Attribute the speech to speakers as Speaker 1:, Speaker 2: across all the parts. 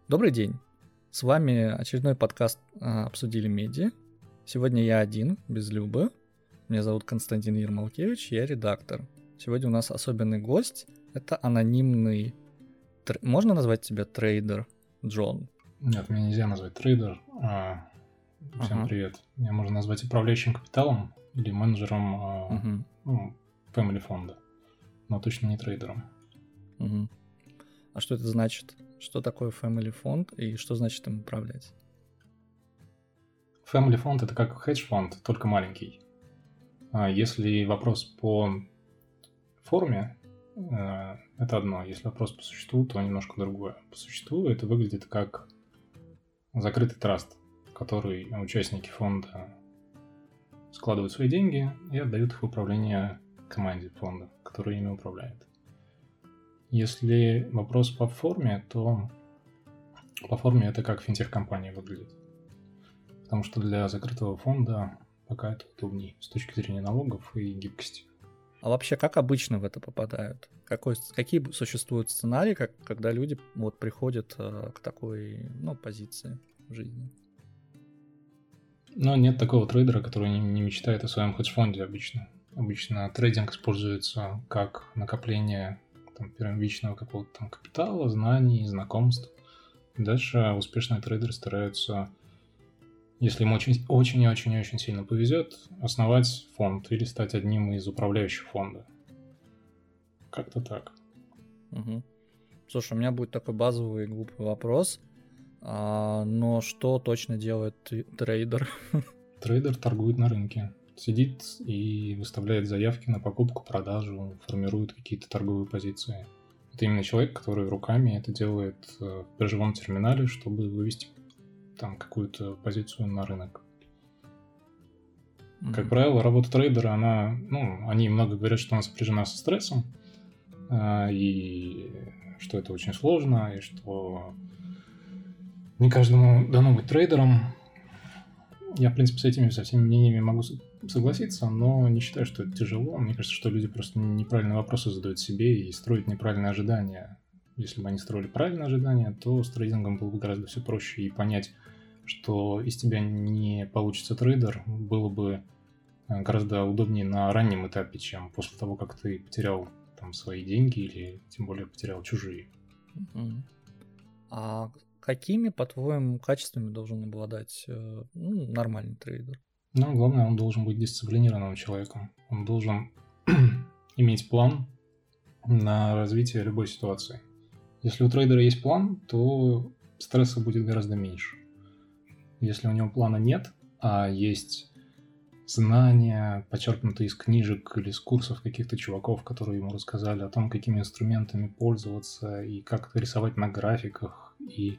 Speaker 1: Добрый день. С вами очередной подкаст «Обсудили медиа». Сегодня я один, без Любы. Меня зовут Константин Ермолкевич, я редактор. Сегодня у нас особенный гость. Это анонимный... Можно назвать тебя трейдер Джон?
Speaker 2: Нет, меня нельзя назвать трейдер. Всем привет. Меня можно назвать управляющим капиталом или менеджером family фонда, но точно не трейдером.
Speaker 1: А что это значит? Что такое family фонд и что значит им управлять?
Speaker 2: Family фонд — это как хедж-фонд, только маленький. Если вопрос по форме, это одно. Если вопрос по существу, то немножко другое. По существу это выглядит как закрытый траст, в который участники фонда складывают свои деньги и отдают их в управление команде фонда, которая ими управляет. Если вопрос по форме, то по форме это как финтех-компания выглядит. Потому что для закрытого фонда пока это удобнее с точки зрения налогов и гибкости.
Speaker 1: А вообще, как обычно в это попадают? Какие существуют сценарии, когда люди приходят к такой позиции в жизни?
Speaker 2: Нет такого трейдера, который не мечтает о своем хедж-фонде обычно. Обычно трейдинг используется как накопление первичного какого-то капитала, знаний, знакомств. Дальше успешные трейдеры стараются, если им очень сильно повезет, основать фонд или стать одним из управляющих фонда. Как-то так.
Speaker 1: Угу. Слушай, у меня будет такой базовый глупый вопрос. Но что точно делает трейдер?
Speaker 2: Трейдер торгует на рынке. Сидит и выставляет заявки на покупку, продажу, формирует какие-то торговые позиции. Это именно человек, который руками это делает в биржевом терминале, чтобы вывести какую-то позицию на рынок. Как правило, работа трейдера, они много говорят, что она сопряжена со стрессом, и что это очень сложно, и что не каждому дано быть трейдером. Я, в принципе, со всеми мнениями могу согласиться, но не считаю, что это тяжело. Мне кажется, что люди просто неправильные вопросы задают себе и строят неправильные ожидания. Если бы они строили правильные ожидания, то с трейдингом было бы гораздо все проще, и понять, что из тебя не получится трейдер, было бы гораздо удобнее на раннем этапе, чем после того, как ты потерял свои деньги или тем более потерял чужие.
Speaker 1: А какими, по-твоему, качествами должен обладать нормальный трейдер?
Speaker 2: Главное, он должен быть дисциплинированным человеком. Он должен иметь план на развитие любой ситуации. Если у трейдера есть план, то стресса будет гораздо меньше. Если у него плана нет, а есть знания, почерпнутые из книжек или из курсов каких-то чуваков, которые ему рассказали о том, какими инструментами пользоваться и как рисовать на графиках, и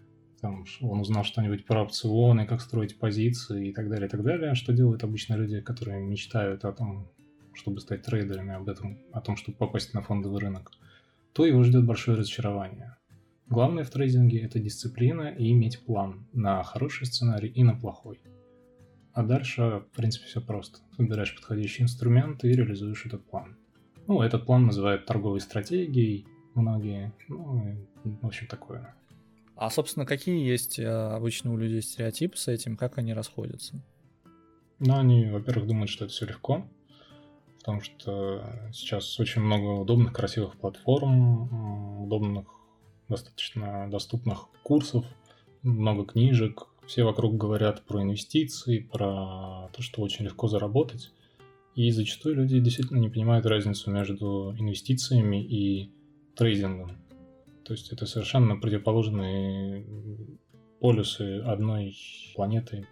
Speaker 2: он узнал что-нибудь про опционы, как строить позиции и так далее, что делают обычные люди, которые мечтают о том, чтобы стать трейдерами, о том, чтобы попасть на фондовый рынок, то его ждет большое разочарование. Главное в трейдинге – это дисциплина и иметь план на хороший сценарий и на плохой. А дальше, в принципе, все просто. Выбираешь подходящий инструмент и реализуешь этот план. Этот план называют торговой стратегией многие. В общем, такое.
Speaker 1: А, собственно, какие есть обычно у людей стереотипы с этим, как они расходятся?
Speaker 2: Они, во-первых, думают, что это все легко, потому что сейчас очень много удобных, красивых платформ, удобных, достаточно доступных курсов, много книжек. Все вокруг говорят про инвестиции, про то, что очень легко заработать. И зачастую люди действительно не понимают разницу между инвестициями и трейдингом. То есть это совершенно противоположные полюсы одной планеты.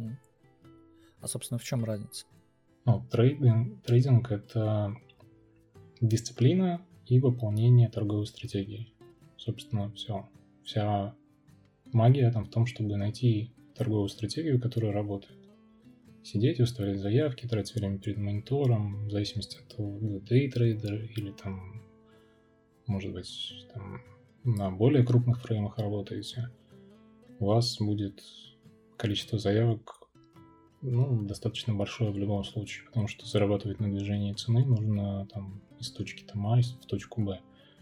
Speaker 1: А, собственно, в чем разница?
Speaker 2: Трейдинг – это дисциплина и выполнение торговой стратегии. Собственно, все. Вся магия в том, чтобы найти торговую стратегию, которая работает. Сидеть, выставлять заявки, тратить время перед монитором, в зависимости от того, вы дейтрейдер или может быть, на более крупных фреймах работаете, у вас будет количество заявок достаточно большое в любом случае, потому что зарабатывать на движении цены нужно из точки А в точку Б.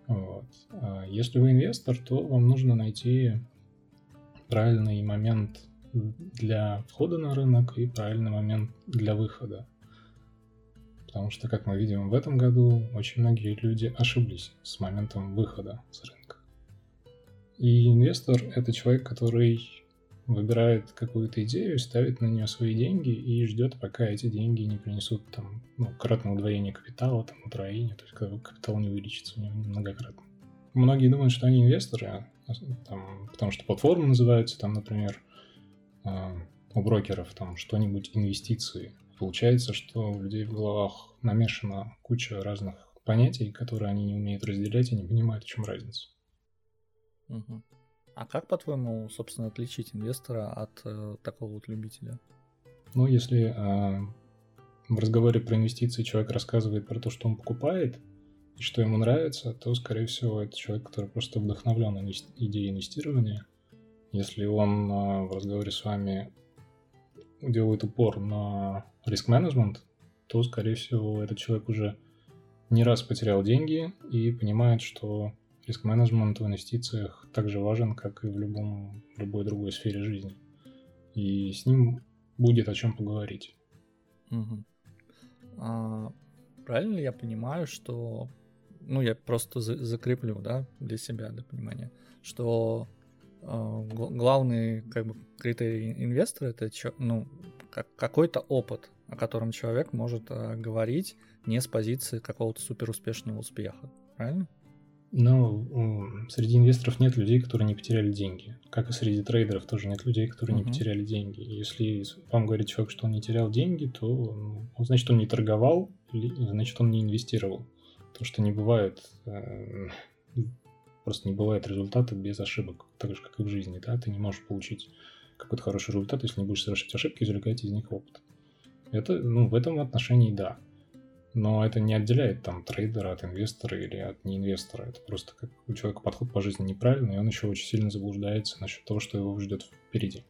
Speaker 2: Вот. Если вы инвестор, то вам нужно найти правильный момент для входа на рынок и правильный момент для выхода. Потому что, как мы видим в этом году, очень многие люди ошиблись с моментом выхода с рынка. И инвестор — это человек, который выбирает какую-то идею, ставит на нее свои деньги и ждет, пока эти деньги не принесут там, кратное удвоение капитала, там, утроение, то есть когда капитал не увеличится у него многократно. Многие думают, что они инвесторы, там, потому что платформы называются, там, например, у брокеров там что-нибудь инвестиции. Получается, что у людей в головах намешана куча разных понятий, которые они не умеют разделять и не понимают, в чем разница.
Speaker 1: Угу. А как, по-твоему, собственно, отличить инвестора от такого вот любителя?
Speaker 2: Если в разговоре про инвестиции человек рассказывает про то, что он покупает и что ему нравится, то, скорее всего, это человек, который просто вдохновлен идеей инвестирования. Если он в разговоре с вами делает упор на риск-менеджмент, то, скорее всего, этот человек уже не раз потерял деньги и понимает, что риск-менеджмент в инвестициях так же важен, как и в любой другой сфере жизни. И с ним будет о чем поговорить.
Speaker 1: Угу. Правильно ли я понимаю, что... я просто закреплю, да, для себя, для понимания, что главный критерий инвестора — это какой-то опыт, о котором человек может говорить не с позиции какого-то суперуспешного успеха. Правильно?
Speaker 2: Среди инвесторов нет людей, которые не потеряли деньги. Как и среди трейдеров тоже нет людей, которые не потеряли деньги. И если вам говорит человек, что он не терял деньги, то значит, он не торговал, значит, он не инвестировал. То, что не бывает... Просто не бывает результата без ошибок, так же, как и в жизни, да, ты не можешь получить какой-то хороший результат, если не будешь совершать ошибки и извлекать из них опыт. Это, в этом отношении да. Но это не отделяет там трейдера от инвестора или от неинвестора. Это просто как у человека подход по жизни неправильный, и он еще очень сильно заблуждается насчет того, что его ждет впереди.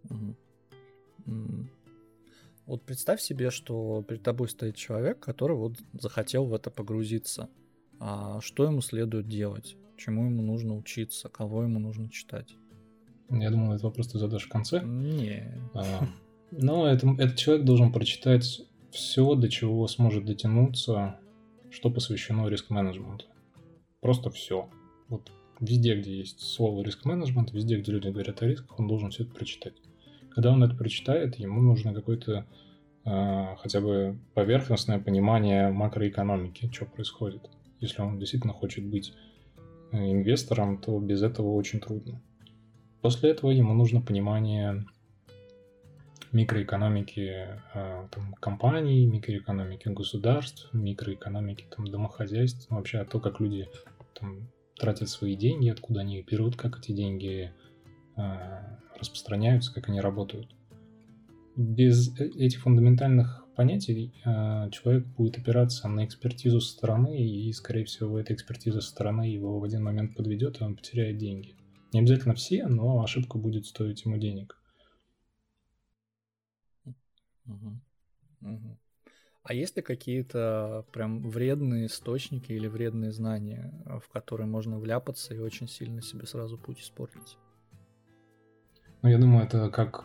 Speaker 1: Вот представь себе, что перед тобой стоит человек, который вот захотел в это погрузиться. А что ему следует делать? Чему ему нужно учиться? Кого ему нужно читать?
Speaker 2: Я думал, этот вопрос ты задашь в конце.
Speaker 1: Не.
Speaker 2: Но этот человек должен прочитать все, до чего сможет дотянуться, что посвящено риск-менеджменту. Просто все. Вот везде, где есть слово риск-менеджмент, везде, где люди говорят о рисках, он должен все это прочитать. Когда он это прочитает, ему нужно какое-то хотя бы поверхностное понимание макроэкономики, что происходит. Если он действительно хочет быть инвестором, то без этого очень трудно. После этого ему нужно понимание микроэкономики компаний, микроэкономики государств, микроэкономики домохозяйств, вообще то, как люди тратят свои деньги, откуда они их берут, как эти деньги распространяются, как они работают. Без этих фундаментальных понятий человек будет опираться на экспертизу со стороны, и, скорее всего, эта экспертиза со стороны его в один момент подведет, и он потеряет деньги. Не обязательно все, но ошибка будет стоить ему денег.
Speaker 1: А есть ли какие-то прям вредные источники или вредные знания, в которые можно вляпаться и очень сильно себе сразу путь испортить?
Speaker 2: Я думаю, это как...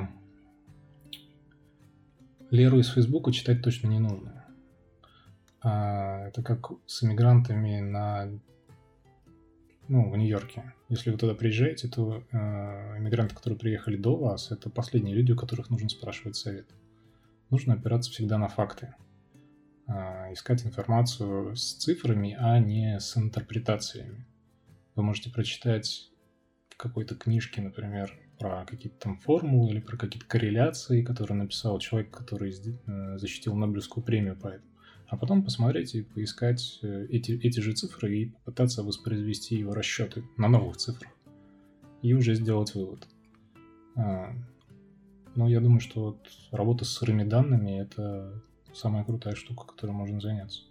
Speaker 2: Леру из Фейсбука читать точно не нужно. Это как с иммигрантами в Нью-Йорке. Если вы туда приезжаете, то иммигранты, которые приехали до вас, это последние люди, у которых нужно спрашивать совет. Нужно опираться всегда на факты. Искать информацию с цифрами, а не с интерпретациями. Вы можете прочитать в какой-то книжке, например, про какие-то там формулы или про какие-то корреляции, которые написал человек, который защитил Нобелевскую премию по этому. А потом посмотреть и поискать эти же цифры и попытаться воспроизвести его расчеты на новых цифрах. И уже сделать вывод. Я думаю, что работа с сырыми данными — это самая крутая штука, которой можно заняться.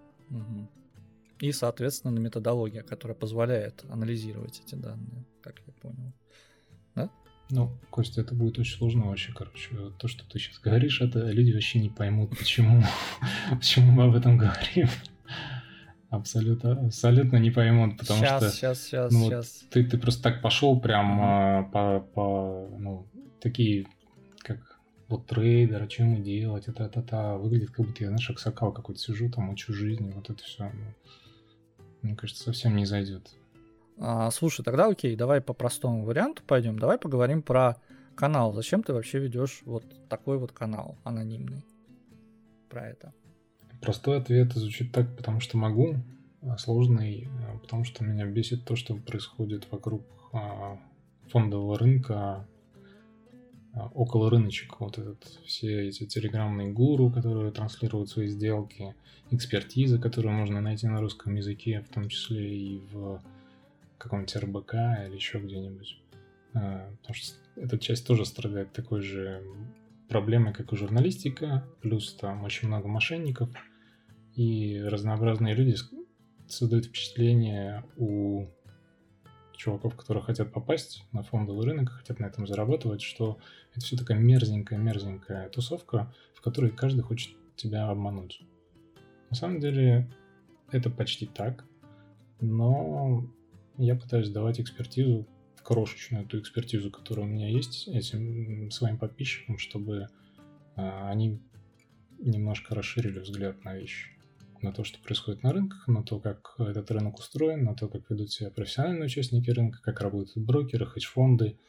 Speaker 1: И, соответственно, методология, которая позволяет анализировать эти данные, как я понял. Да?
Speaker 2: Костя, это будет очень сложно вообще, То, что ты сейчас говоришь, это люди вообще не поймут, почему мы об этом говорим. абсолютно не поймут, потому что
Speaker 1: Сейчас.
Speaker 2: Ты просто так пошел прям такие, как вот трейдер, что ему делать, выглядит, как будто я, знаешь, аксакал какой-то сижу, там учу жизни, вот это все, мне кажется, совсем не зайдет.
Speaker 1: Слушай, тогда окей, давай по простому варианту пойдем, давай поговорим про канал. Зачем ты вообще ведешь вот такой вот канал анонимный? Про это.
Speaker 2: Простой ответ звучит так, потому что могу, а сложный, потому что меня бесит то, что происходит вокруг фондового рынка, около рыночек. Вот все эти телеграммные гуру, которые транслируют свои сделки, экспертизы, которые можно найти на русском языке, в том числе и в каком-нибудь РБК или еще где-нибудь. Потому что эта часть тоже страдает такой же проблемой, как и журналистика, плюс там очень много мошенников, и разнообразные люди создают впечатление у чуваков, которые хотят попасть на фондовый рынок, хотят на этом зарабатывать, что это все такая мерзенькая тусовка, в которой каждый хочет тебя обмануть. На самом деле это почти так, но я пытаюсь давать экспертизу, крошечную ту экспертизу, которая у меня есть, этим своим подписчикам, чтобы они немножко расширили взгляд на вещи, на то, что происходит на рынках, на то, как этот рынок устроен, на то, как ведут себя профессиональные участники рынка, как работают брокеры, хедж-фонды,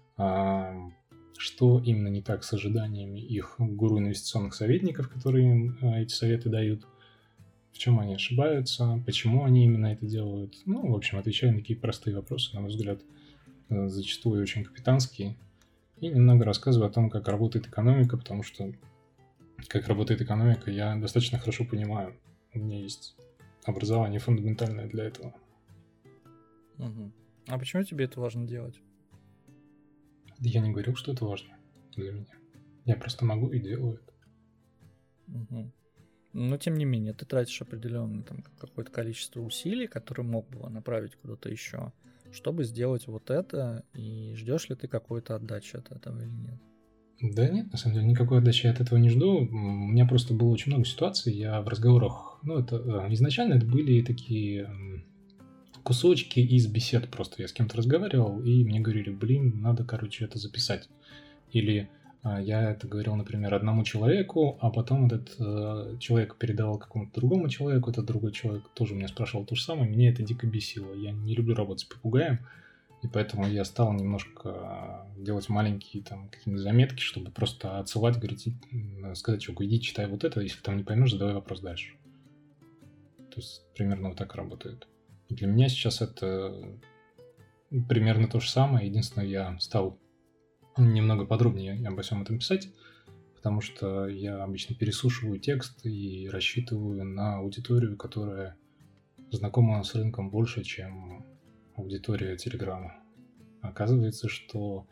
Speaker 2: что именно не так с ожиданиями их гуру инвестиционных советников, которые им эти советы дают, в чем они ошибаются, почему они именно это делают. В общем, отвечаю на такие простые вопросы, на мой взгляд, зачастую очень капитанские, и немного рассказываю о том, как работает экономика, потому что как работает экономика, я достаточно хорошо понимаю. У меня есть образование фундаментальное для этого.
Speaker 1: Угу. А почему тебе это важно делать?
Speaker 2: Я не говорил, что это важно для меня. Я просто могу и делаю это.
Speaker 1: Угу. Но тем не менее, ты тратишь определенное какое-то количество усилий, которые мог бы направить куда-то еще, чтобы сделать вот это, и ждешь ли ты какой-то отдачи от этого или нет?
Speaker 2: Да нет, на самом деле, никакой отдачи я от этого не жду. У меня просто было очень много ситуаций, я в разговорах, изначально это были такие кусочки из бесед просто. Я с кем-то разговаривал, и мне говорили, надо, это записать. Или я это говорил, например, одному человеку, а потом этот человек передавал какому-то другому человеку, этот другой человек тоже меня спрашивал то же самое, меня это дико бесило. Я не люблю работать с попугаем, и поэтому я стал немножко делать маленькие какие-нибудь заметки, чтобы просто отсылать, говорить, сказать, что иди читай вот это, если там не поймешь, задавай вопрос дальше. То есть примерно вот так работает. И для меня сейчас это примерно то же самое, единственное, я стал немного подробнее обо всем этом писать, потому что я обычно пересушиваю текст и рассчитываю на аудиторию, которая знакома с рынком больше, чем аудитория Телеграма. Оказывается, что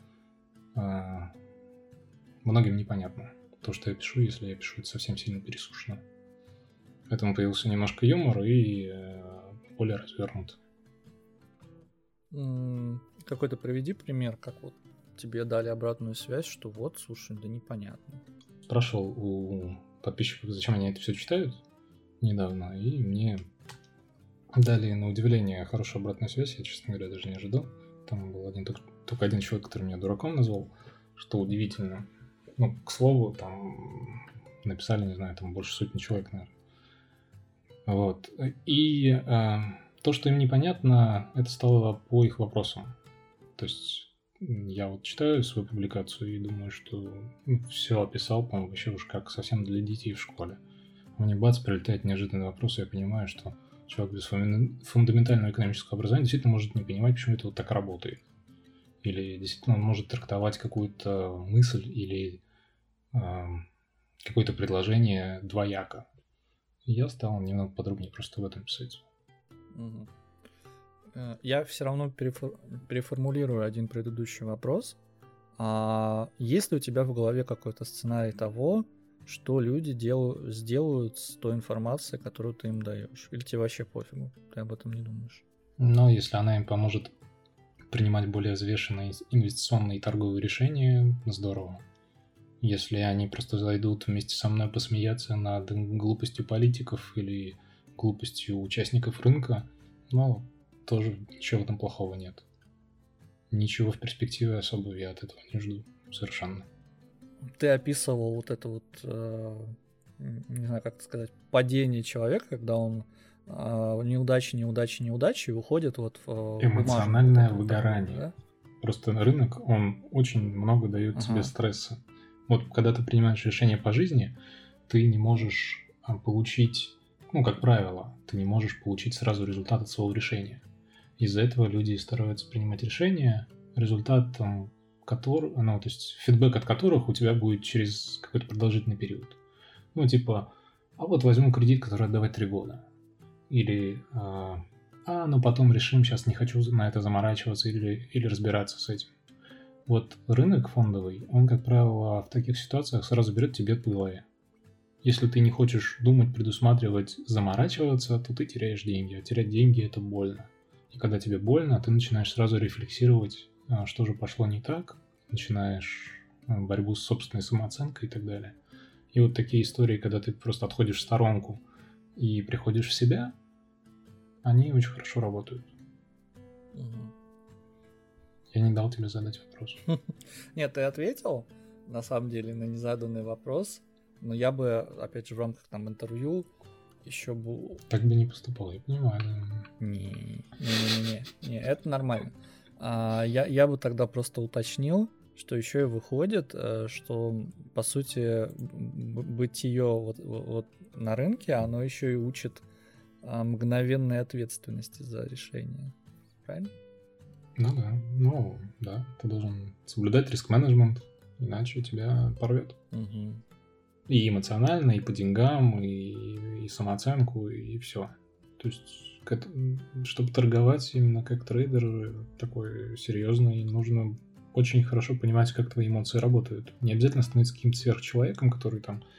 Speaker 2: многим непонятно то, что я пишу, если я пишу это совсем сильно пересушено. Поэтому появился немножко юмор и более развернут.
Speaker 1: Какой-то приведи пример, как вот тебе дали обратную связь, что вот, слушай, да непонятно.
Speaker 2: Спрашивал у подписчиков, зачем они это все читают недавно, и мне дали, на удивление, хорошую обратную связь. Я, честно говоря, даже не ожидал. Там был только один человек, который меня дураком назвал, что удивительно. К слову, там написали, не знаю, там больше сотни человек, наверное. Вот. И то, что им непонятно, это стало по их вопросам. То есть я вот читаю свою публикацию и думаю, что все описал, по-моему, вообще уж как совсем для детей в школе. Мне бац, прилетает неожиданный вопрос, и я понимаю, что человек без фундаментального экономического образования действительно может не понимать, почему это вот так работает. Или действительно он может трактовать какую-то мысль или какое-то предложение двояко. И я стал немного подробнее просто в этом писать.
Speaker 1: Угу. Я все равно переформулирую один предыдущий вопрос. Есть ли у тебя в голове какой-то сценарий того, что люди сделают с той информацией, которую ты им даешь? Или тебе вообще пофигу? Ты об этом не думаешь?
Speaker 2: Но если она им поможет принимать более взвешенные инвестиционные и торговые решения, здорово. Если они просто зайдут вместе со мной посмеяться над глупостью политиков или глупостью участников рынка, но тоже ничего в этом плохого нет. Ничего в перспективе особо я от этого не жду совершенно.
Speaker 1: Ты описывал вот это вот, не знаю, как это сказать, падение человека, когда он неудачи и уходит вот в
Speaker 2: эмоциональное выгорание.
Speaker 1: Да?
Speaker 2: Просто рынок, он очень много дает тебе стресса. Вот когда ты принимаешь решение по жизни, ты не можешь получить, как правило, ты не можешь получить сразу результат от своего решения. Из-за этого люди стараются принимать решения, результат то есть фидбэк от которых у тебя будет через какой-то продолжительный период. А вот возьму кредит, который отдавать 3 года. Или, потом решим, сейчас не хочу на это заморачиваться или разбираться с этим. Вот рынок фондовый, он, как правило, в таких ситуациях сразу берет тебе по голове. Если ты не хочешь думать, предусматривать, заморачиваться, то ты теряешь деньги. А терять деньги – это больно. И когда тебе больно, ты начинаешь сразу рефлексировать, что же пошло не так, начинаешь борьбу с собственной самооценкой и так далее. И вот такие истории, когда ты просто отходишь в сторонку и приходишь в себя, они очень хорошо работают. Я не дал тебе задать вопрос.
Speaker 1: Нет, ты ответил, на самом деле, на незаданный вопрос, но я бы, опять же, в рамках интервью еще был...
Speaker 2: Так бы не поступал, я понимаю.
Speaker 1: Не, это нормально. Я бы тогда просто уточнил, что еще и выходит, что, по сути, бытие вот на рынке, оно еще и учит мгновенной ответственности за решение. Правильно?
Speaker 2: Да. Ты должен соблюдать риск-менеджмент, иначе тебя порвет. И эмоционально, и по деньгам, и самооценку, и все. То есть, чтобы торговать именно как трейдер такой серьезный, нужно очень хорошо понимать, как твои эмоции работают. Не обязательно становиться каким-то сверхчеловеком, который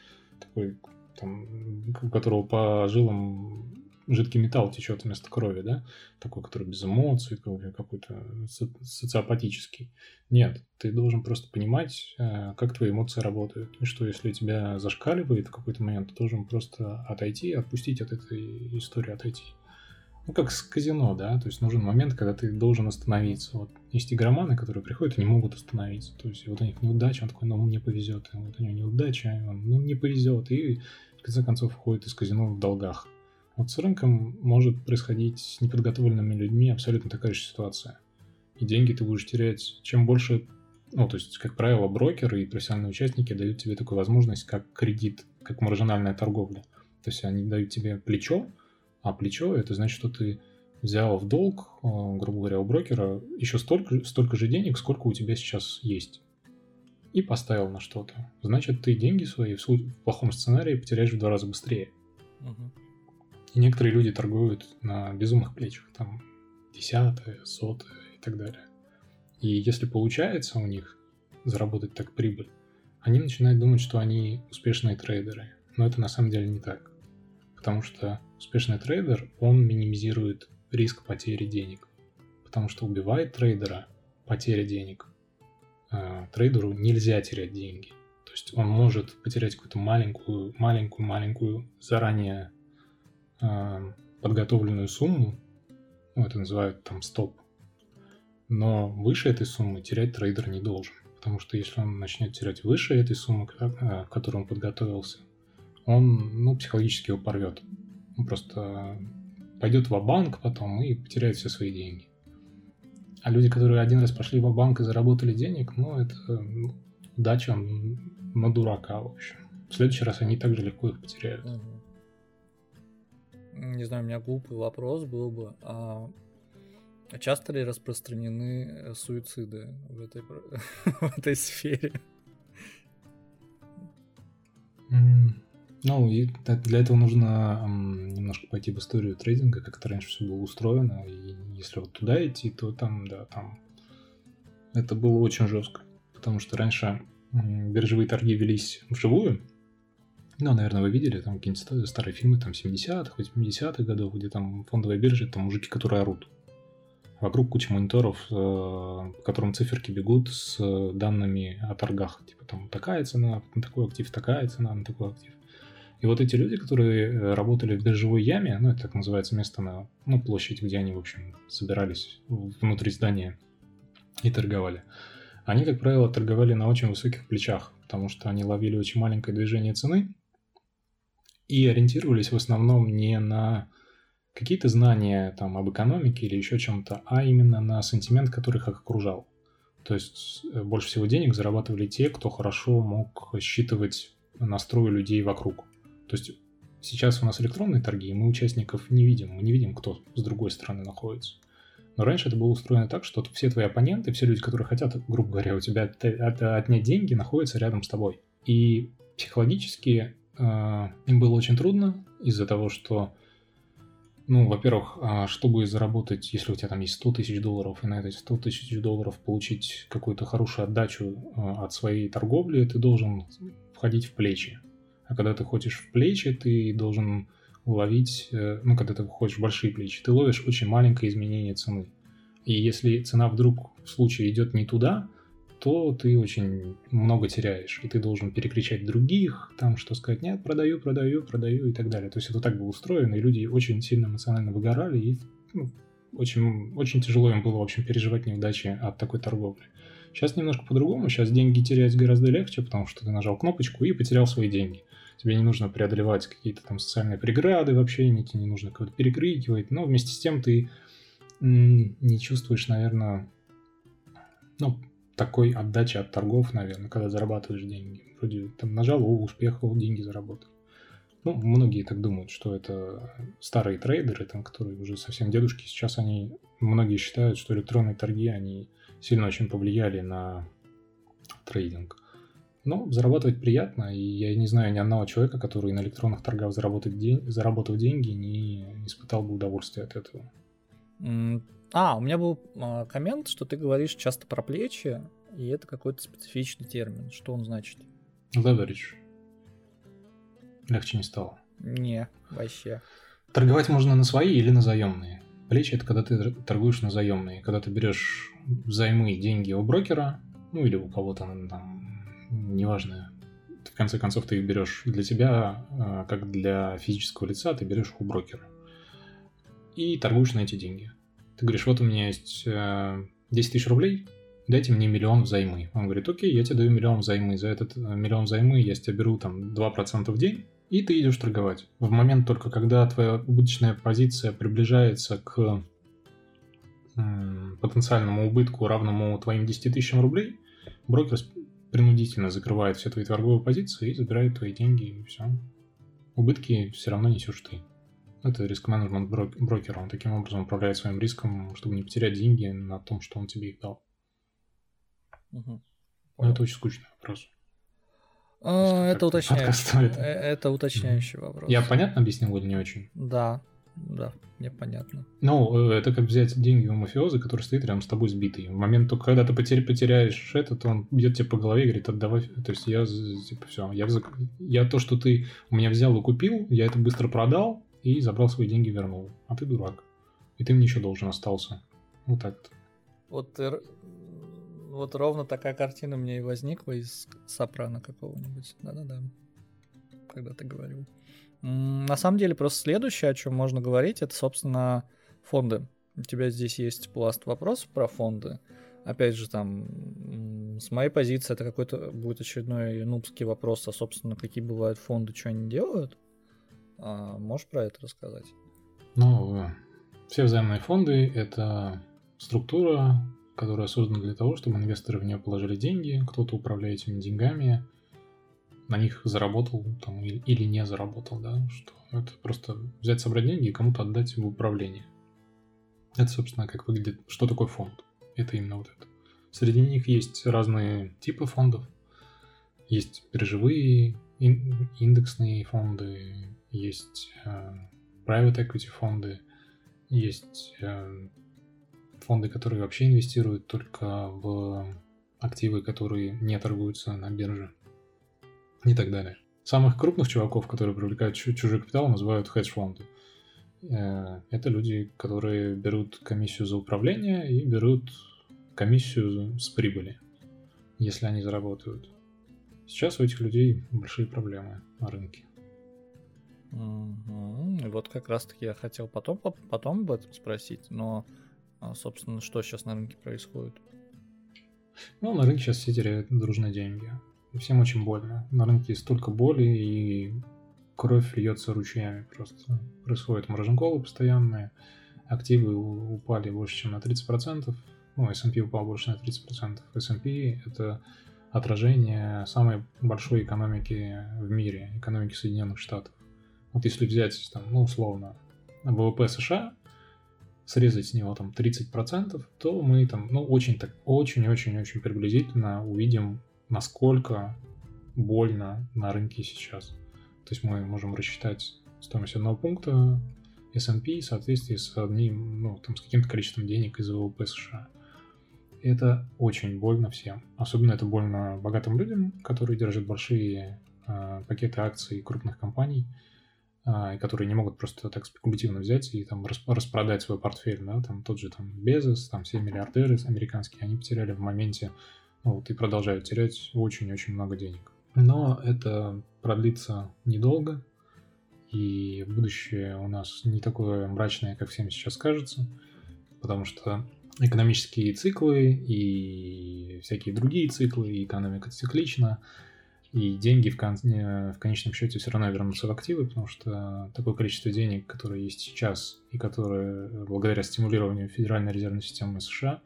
Speaker 2: у которого по жилам жидкий металл течет вместо крови, да? Такой, который без эмоций, какой-то социопатический. Нет, ты должен просто понимать, как твои эмоции работают. И что, если тебя зашкаливает в какой-то момент, ты должен просто отпустить от этой истории, отойти. Как с казино, да? То есть нужен момент, когда ты должен остановиться. Вот есть игроманы, которые приходят и не могут остановиться. То есть вот у них неудача, он такой, мне повезет. И вот у него неудача, мне повезет. И в конце концов уходит из казино в долгах. Вот с рынком может происходить с неподготовленными людьми абсолютно такая же ситуация. И деньги ты будешь терять. Чем больше... то есть, как правило, брокеры и профессиональные участники дают тебе такую возможность, как кредит, как маржинальная торговля. То есть они дают тебе плечо, а плечо – это значит, что ты взял в долг, грубо говоря, у брокера еще столько же денег, сколько у тебя сейчас есть. И поставил на что-то. Значит, ты деньги свои в плохом сценарии потеряешь в 2 раза быстрее. И некоторые люди торгуют на безумных плечах, 10-е, 100-е и так далее. И если получается у них заработать так прибыль, они начинают думать, что они успешные трейдеры. Но это на самом деле не так. Потому что успешный трейдер, он минимизирует риск потери денег. Потому что убивает трейдера потеря денег. Трейдеру нельзя терять деньги. То есть он может потерять какую-то маленькую заранее подготовленную сумму, это называют стоп, но выше этой суммы терять трейдер не должен, потому что если он начнет терять выше этой суммы, к которой он подготовился, он психологически его порвет, он просто пойдет ва-банк потом и потеряет все свои деньги. А люди, которые один раз пошли ва-банк и заработали денег, это удача на дурака, в общем. В следующий раз они также легко их потеряют.
Speaker 1: Не знаю, у меня глупый вопрос был бы. А часто ли распространены суициды в этой сфере?
Speaker 2: И для этого нужно немножко пойти в историю трейдинга, как это раньше все было устроено. И если вот туда идти, то там это было очень жестко. Потому что раньше биржевые торги велись вживую. Наверное, вы видели какие-нибудь старые фильмы 70-х, 80-х годов, где фондовая биржа, мужики, которые орут. Вокруг куча мониторов, по которым циферки бегут с данными о торгах. Такая цена на такой актив, такая цена на такой актив. И вот эти люди, которые работали в биржевой яме, ну, это так называется место на, ну, площадь, где они, в общем, собирались внутри здания и торговали, они, как правило, торговали на очень высоких плечах, потому что они ловили очень маленькое движение цены и ориентировались в основном не на какие-то знания там об экономике или еще чем-то, а именно на сентимент, который их окружал. То есть больше всего денег зарабатывали те, кто хорошо мог считывать настрой людей вокруг. То есть сейчас у нас электронные торги, и мы участников не видим, мы не видим, кто с другой стороны находится. Но раньше это было устроено так, что все твои оппоненты, все люди, которые хотят, грубо говоря, у тебя отнять деньги, находятся рядом с тобой. И психологически им было очень трудно из-за того, что, ну, во-первых, чтобы заработать, если у тебя там есть 100 тысяч долларов, и на эти 100 тысяч долларов получить какую-то хорошую отдачу от своей торговли, ты должен входить в плечи. А когда ты ходишь в плечи, ты должен ловить, ну, когда ты входишь в большие плечи, ты ловишь очень маленькое изменение цены. И если цена вдруг в случае идет не туда, то ты очень много теряешь, и ты должен перекричать других, там что сказать, нет, продаю и так далее. То есть это так было устроено, и люди очень сильно эмоционально выгорали, и ну, очень, очень тяжело им было, в общем, переживать неудачи от такой торговли. Сейчас немножко по-другому, сейчас деньги терять гораздо легче, потому что ты нажал кнопочку и потерял свои деньги. Тебе не нужно преодолевать какие-то там социальные преграды в общении, тебе не нужно кого-то перекрикивать, но вместе с тем ты не чувствуешь, наверное, ну, такой отдачи от торгов, наверное, когда зарабатываешь деньги. Вроде там нажал, успех, деньги заработал. Ну, многие так думают, что это старые трейдеры, там, которые уже совсем дедушки. Сейчас многие считают, что электронные торги, они сильно очень повлияли на трейдинг. Но зарабатывать приятно, и я не знаю ни одного человека, который на электронных торгах, заработав деньги, не испытал бы удовольствия от этого.
Speaker 1: У меня был коммент, что ты говоришь часто про плечи, и это какой-то специфичный термин. Что он значит?
Speaker 2: Leverage. Легче не стало.
Speaker 1: Не, вообще.
Speaker 2: Торговать можно на свои или на заемные. Плечи – это когда ты торгуешь на заемные. Когда ты берешь взаймы деньги у брокера, ну или у кого-то там, неважно, в конце концов ты их берешь для тебя, как для физического лица, ты берешь их у брокера. И торгуешь на эти деньги. Ты говоришь, вот у меня есть 10 тысяч рублей, дайте мне 1 миллион взаймы. Он говорит, окей, я тебе даю 1 миллион взаймы. За этот 1 миллион взаймы я с тебя беру там 2% в день, и ты идешь торговать. В момент только, когда твоя убыточная позиция приближается к потенциальному убытку, равному твоим 10 тысячам рублей, брокер принудительно закрывает все твои торговые позиции и забирает твои деньги, и все. Убытки все равно несешь ты. Это риск-менеджмент брокера. Он таким образом управляет своим риском, чтобы не потерять деньги на том, что он тебе их дал.
Speaker 1: Угу.
Speaker 2: Но это очень скучный вопрос.
Speaker 1: Это уточняющий вопрос.
Speaker 2: Я понятно объяснил или не очень?
Speaker 1: Да, мне понятно.
Speaker 2: Ну, это как взять деньги у мафиоза, который стоит рядом с тобой сбитый. В момент, только когда ты потеряешь этот, он бьет тебе по голове и говорит, отдавай. То есть я, типа, все, я то, что ты у меня взял и купил, я это быстро продал и забрал свои деньги, вернул. А ты дурак. И ты мне еще должен остался. Вот так-то.
Speaker 1: Вот ровно такая картина мне и возникла из «Сопрано» какого-нибудь. Да-да-да. Когда ты говорил. На самом деле, просто следующее, о чем можно говорить, это, собственно, фонды. У тебя здесь есть пласт вопросов про фонды. Опять же, там, с моей позиции, это какой-то будет очередной нубский вопрос, а, собственно, какие бывают фонды, что они делают. Можешь про это рассказать?
Speaker 2: Ну, все взаимные фонды – это структура, которая создана для того, чтобы инвесторы в нее положили деньги, кто-то управляет этими деньгами, на них заработал там, или не заработал, да, что это просто взять, собрать деньги и кому-то отдать в управление. Это, собственно, как выглядит, что такое фонд. Это именно вот это. Среди них есть разные типы фондов. Есть биржевые, индексные фонды, есть private equity фонды, есть фонды, которые вообще инвестируют только в активы, которые не торгуются на бирже и так далее. Самых крупных чуваков, которые привлекают чужой капитал, называют хедж-фонды. Это люди, которые берут комиссию за управление и берут комиссию с прибыли, если они заработают. Сейчас у этих людей большие проблемы на рынке.
Speaker 1: И вот как раз-таки я хотел потом об этом спросить, но, собственно, что сейчас на рынке происходит?
Speaker 2: Ну, на рынке сейчас все теряют дружно деньги. И всем очень больно. На рынке столько боли, и кровь льется ручьями просто. Происходят маржин-колы постоянные, активы упали больше, чем на 30%. Ну, S&P упал больше на 30%. S&P — это отражение самой большой экономики в мире, экономики Соединенных Штатов. Вот если взять, там, ну, условно, ВВП США, срезать с него там 30%, то мы там, ну, очень-очень-очень приблизительно увидим, насколько больно на рынке сейчас. То есть мы можем рассчитать стоимость одного пункта S&P в соответствии с одним, ну, там, с каким-то количеством денег из ВВП США. И это очень больно всем. Особенно это больно богатым людям, которые держат большие пакеты акций крупных компаний, и которые не могут просто так спекулятивно взять и там распродать свой портфель, да, там тот же там Безос, там все миллиардеры американские, они потеряли в моменте, ну, вот, и продолжают терять очень-очень много денег. Но это продлится недолго, и будущее у нас не такое мрачное, как всем сейчас кажется, потому что экономические циклы и всякие другие циклы, и экономика циклична, и деньги в конечном счете все равно вернутся в активы, потому что такое количество денег, которое есть сейчас, и которое благодаря стимулированию Федеральной резервной системы США,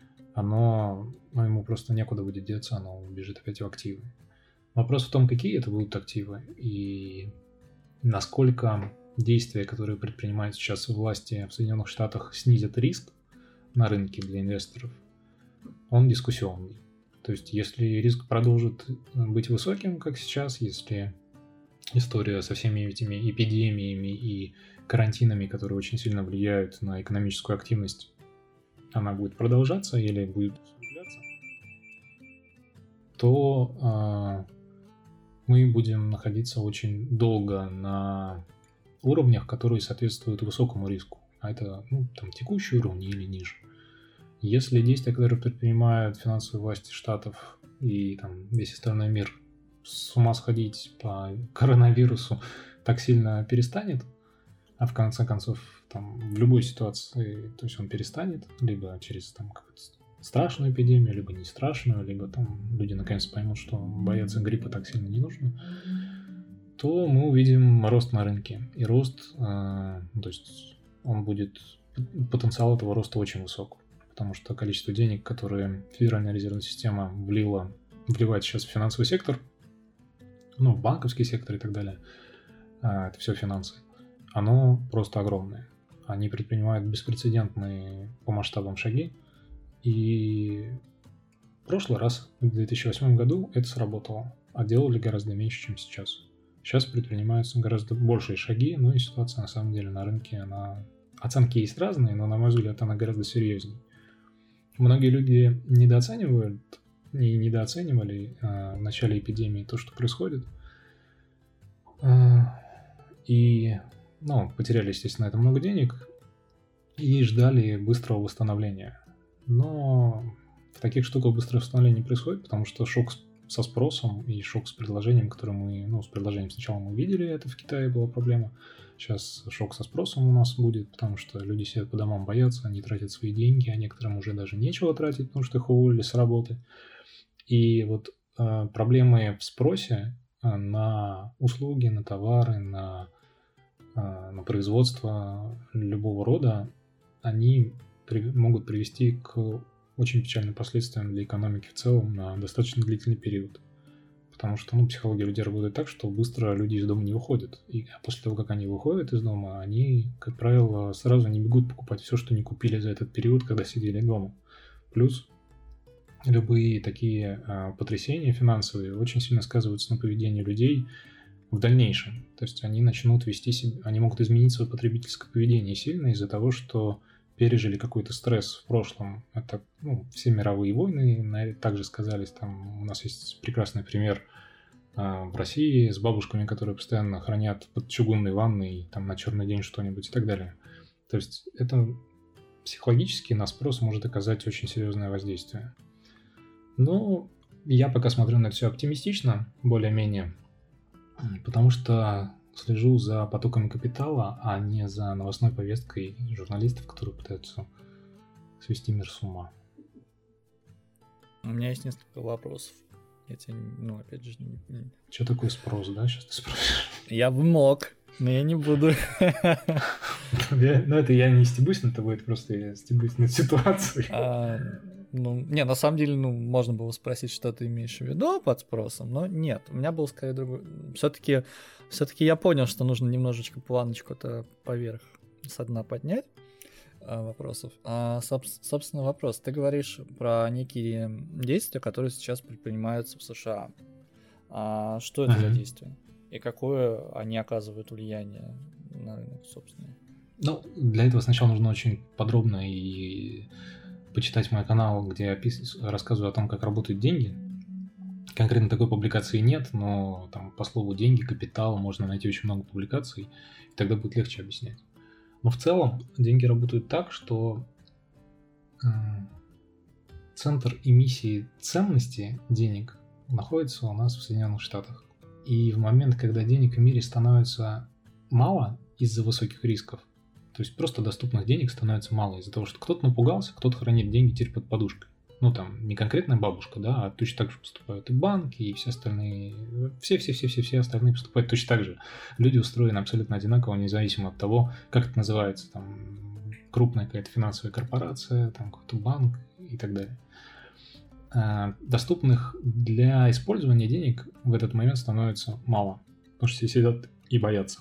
Speaker 2: ему просто некуда будет деться, оно убежит опять в активы. Вопрос в том, какие это будут активы, и насколько действия, которые предпринимают сейчас власти в Соединенных Штатах, снизят риск на рынке для инвесторов, он дискуссионный. То есть, если риск продолжит быть высоким, как сейчас, если история со всеми этими эпидемиями и карантинами, которые очень сильно влияют на экономическую активность, она будет продолжаться или будет усугубляться, то мы будем находиться очень долго на уровнях, которые соответствуют высокому риску. А это, ну, там, текущие уровни или ниже. Если действия, которые предпринимают финансовые власти штатов и там весь остальной мир с ума сходить по коронавирусу так сильно перестанет, а в конце концов там в любой ситуации, то есть он перестанет, либо через там какую-то страшную эпидемию, либо не страшную, либо там люди наконец поймут, что бояться гриппа так сильно не нужно, то мы увидим рост на рынке. И рост, то есть он будет, потенциал этого роста очень высок. Потому что количество денег, которые Федеральная резервная система вливает сейчас в финансовый сектор, ну, в банковский сектор и так далее, это все финансы, оно просто огромное. Они предпринимают беспрецедентные по масштабам шаги, и в прошлый раз, в 2008 году, это сработало, а делали гораздо меньше, чем сейчас. Сейчас предпринимаются гораздо большие шаги, но и ситуация на самом деле на рынке, оценки есть разные, но, на мой взгляд, она гораздо серьезнее. Многие люди недооценивают и недооценивали в начале эпидемии то, что происходит. И, потеряли, естественно, на это много денег и ждали быстрого восстановления. Но в таких штуках быстрое восстановление не происходит, потому что шок со спросом и шок с предложением, который с предложением сначала мы видели, это в Китае была проблема. Сейчас шок со спросом у нас будет, потому что люди сидят по домам, боятся, они тратят свои деньги, а некоторым уже даже нечего тратить, потому что их уволили с работы. И вот проблемы в спросе на услуги, на товары, на производство любого рода, они могут привести к очень печальным последствиям для экономики в целом на достаточно длительный период. Потому что психология людей работает так, что быстро люди из дома не выходят. И после того, как они выходят из дома, они, как правило, сразу не бегут покупать все, что не купили за этот период, когда сидели дома. Плюс любые такие потрясения финансовые очень сильно сказываются на поведении людей в дальнейшем. То есть они начнут вести себя, они могут изменить свое потребительское поведение сильно из-за того, что пережили какой-то стресс в прошлом. Это все мировые войны также сказались. Там у нас есть прекрасный пример в России с бабушками, которые постоянно хранят под чугунной ванной там на черный день что-нибудь и так далее. То есть это психологически на спрос может оказать очень серьезное воздействие. Но я пока смотрю на это все оптимистично, более-менее, потому что слежу за потоками капитала, а не за новостной повесткой журналистов, которые пытаются свести мир с ума.
Speaker 1: У меня есть несколько вопросов. Я тебе, опять же...
Speaker 2: Что такое спрос, да? Сейчас ты спросишь.
Speaker 1: Я бы мог, но я не буду.
Speaker 2: Это я не стебусь над тобой, это просто я стебусь над ситуацией.
Speaker 1: На самом деле, можно было спросить, что ты имеешь в виду под спросом, но нет, у меня был скорее другой. Все-таки я понял, что нужно немножечко планочку-то поверх со дна поднять вопросов. Собственно, вопрос. Ты говоришь про некие действия, которые сейчас предпринимаются в США. Что это за действия? И какое они оказывают влияние на рынок, собственно?
Speaker 2: Для этого сначала нужно очень подробно и почитать мой канал, где я рассказываю о том, как работают деньги. Конкретно такой публикации нет, но там по слову деньги, капитал можно найти очень много публикаций, и тогда будет легче объяснять. Но в целом деньги работают так, что центр эмиссии ценности денег находится у нас в Соединенных Штатах. И в момент, когда денег в мире становится мало из-за высоких рисков, то есть просто доступных денег становится мало из-за того, что кто-то напугался, кто-то хранит деньги теперь под подушкой. Не конкретная бабушка, да, а точно так же поступают и банки, и все остальные, все остальные поступают точно так же. Люди устроены абсолютно одинаково, независимо от того, как это называется, крупная какая-то финансовая корпорация, какой-то банк и так далее. Доступных для использования денег в этот момент становится мало, потому что все сидят и боятся.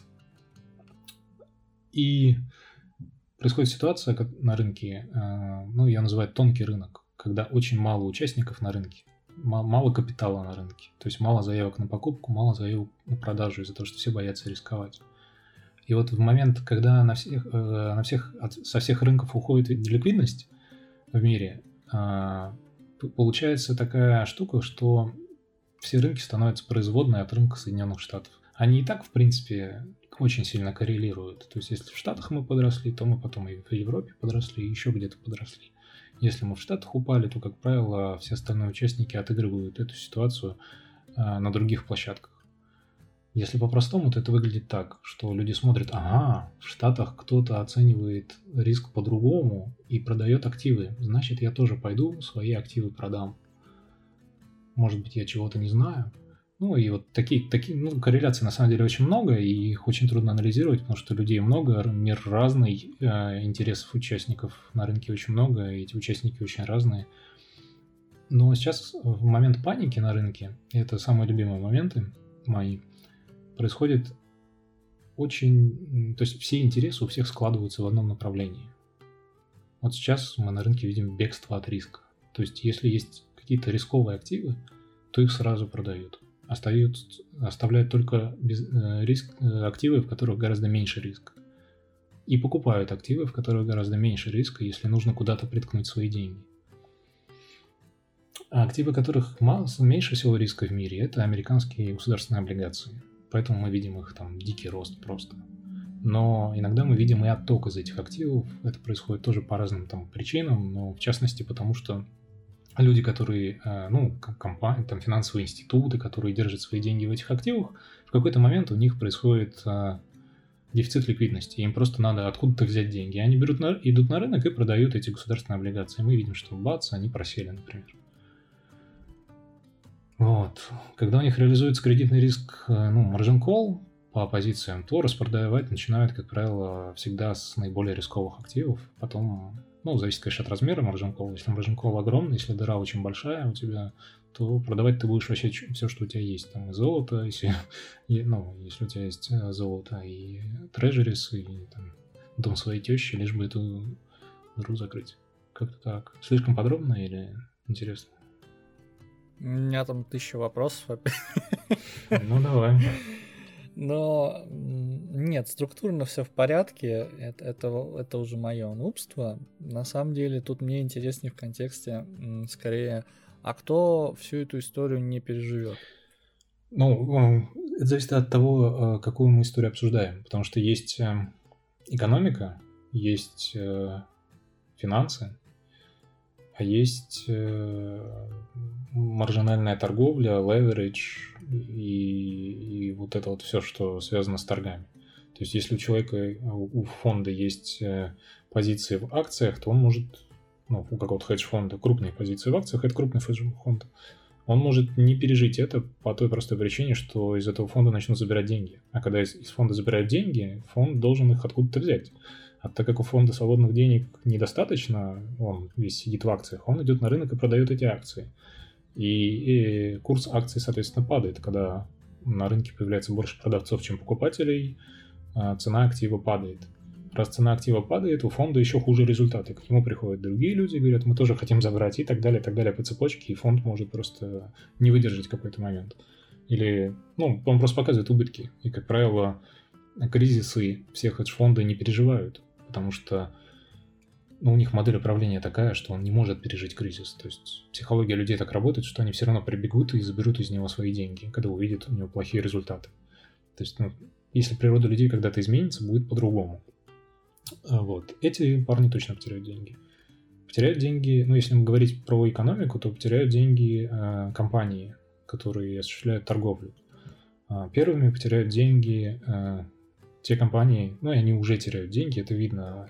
Speaker 2: И происходит ситуация на рынке, ее называют тонкий рынок, когда очень мало участников на рынке, мало капитала на рынке, то есть мало заявок на покупку, мало заявок на продажу из-за того, что все боятся рисковать. И вот в момент, когда со всех рынков уходит ликвидность в мире, получается такая штука, что все рынки становятся производной от рынка Соединенных Штатов. Они и так, в принципе, очень сильно коррелируют. То есть, если в Штатах мы подросли, то мы потом и в Европе подросли, и еще где-то подросли. Если мы в Штатах упали, то, как правило, все остальные участники отыгрывают эту ситуацию на других площадках. Если по-простому, то это выглядит так, что люди смотрят, в Штатах кто-то оценивает риск по-другому и продает активы, значит, я тоже пойду свои активы продам. Может быть, я чего-то не знаю. И вот такие корреляций на самом деле очень много, и их очень трудно анализировать, потому что людей много, мир разный, интересов участников на рынке очень много, и эти участники очень разные. Но сейчас в момент паники на рынке, и это самые любимые моменты мои, происходит то есть все интересы у всех складываются в одном направлении. Вот сейчас мы на рынке видим бегство от риска. То есть если есть какие-то рисковые активы, то их сразу продают. Оставляют только активы, в которых гораздо меньше риска. И покупают активы, в которых гораздо меньше риска, если нужно куда-то приткнуть свои деньги. А активы, в которых меньше всего риска в мире, это американские государственные облигации. Поэтому мы видим их дикий рост просто. Но иногда мы видим и отток из этих активов. Это происходит тоже по разным причинам, но в частности потому, что люди, которые, компании, финансовые институты, которые держат свои деньги в этих активах, в какой-то момент у них происходит дефицит ликвидности. Им просто надо откуда-то взять деньги. Они идут на рынок и продают эти государственные облигации. Мы видим, что бац, они просели, например. Вот. Когда у них реализуется кредитный риск, margin call по позициям, то распродавать начинают, как правило, всегда с наиболее рисковых активов. Потом, зависит, конечно, от размера margin call. Если margin call огромный, если дыра очень большая у тебя, то продавать ты будешь вообще все, что у тебя есть. И золото, если у тебя есть золото, и treasuries, и дом своей тещи, лишь бы эту дыру закрыть. Как-то так. Слишком подробно или интересно?
Speaker 1: У меня 1000 вопросов.
Speaker 2: Давай.
Speaker 1: Но нет, структурно все в порядке. Это уже мое нубство. На самом деле тут мне интереснее в контексте скорее, а кто всю эту историю не переживет?
Speaker 2: Это зависит от того, какую мы историю обсуждаем. Потому что есть экономика, есть финансы, а есть маржинальная торговля, leverage и вот это вот все, что связано с торгами. То есть если у человека, у фонда есть позиции в акциях, то он может, у какого-то хедж-фонда крупные позиции в акциях, это крупный хедж-фонд, он может не пережить это по той простой причине, что из этого фонда начнут забирать деньги. А когда из фонда забирают деньги, фонд должен их откуда-то взять. А так как у фонда свободных денег недостаточно, он весь сидит в акциях, он идет на рынок и продает эти акции. И курс акций, соответственно, падает, когда на рынке появляется больше продавцов, чем покупателей, цена актива падает. Раз цена актива падает, у фонда еще хуже результаты. К нему приходят другие люди и говорят, мы тоже хотим забрать и так далее по цепочке, и фонд может просто не выдержать какой-то момент. Или, он просто показывает убытки. И, как правило, кризисы все хедж-фонды не переживают, потому что у них модель управления такая, что он не может пережить кризис. То есть психология людей так работает, что они все равно прибегут и заберут из него свои деньги, когда увидят у него плохие результаты. То есть, если природа людей когда-то изменится, будет по-другому. Вот. Эти парни точно потеряют деньги. Потеряют деньги, если говорить про экономику, то потеряют деньги компании, которые осуществляют торговлю. Первыми потеряют деньги те компании, и они уже теряют деньги, это видно,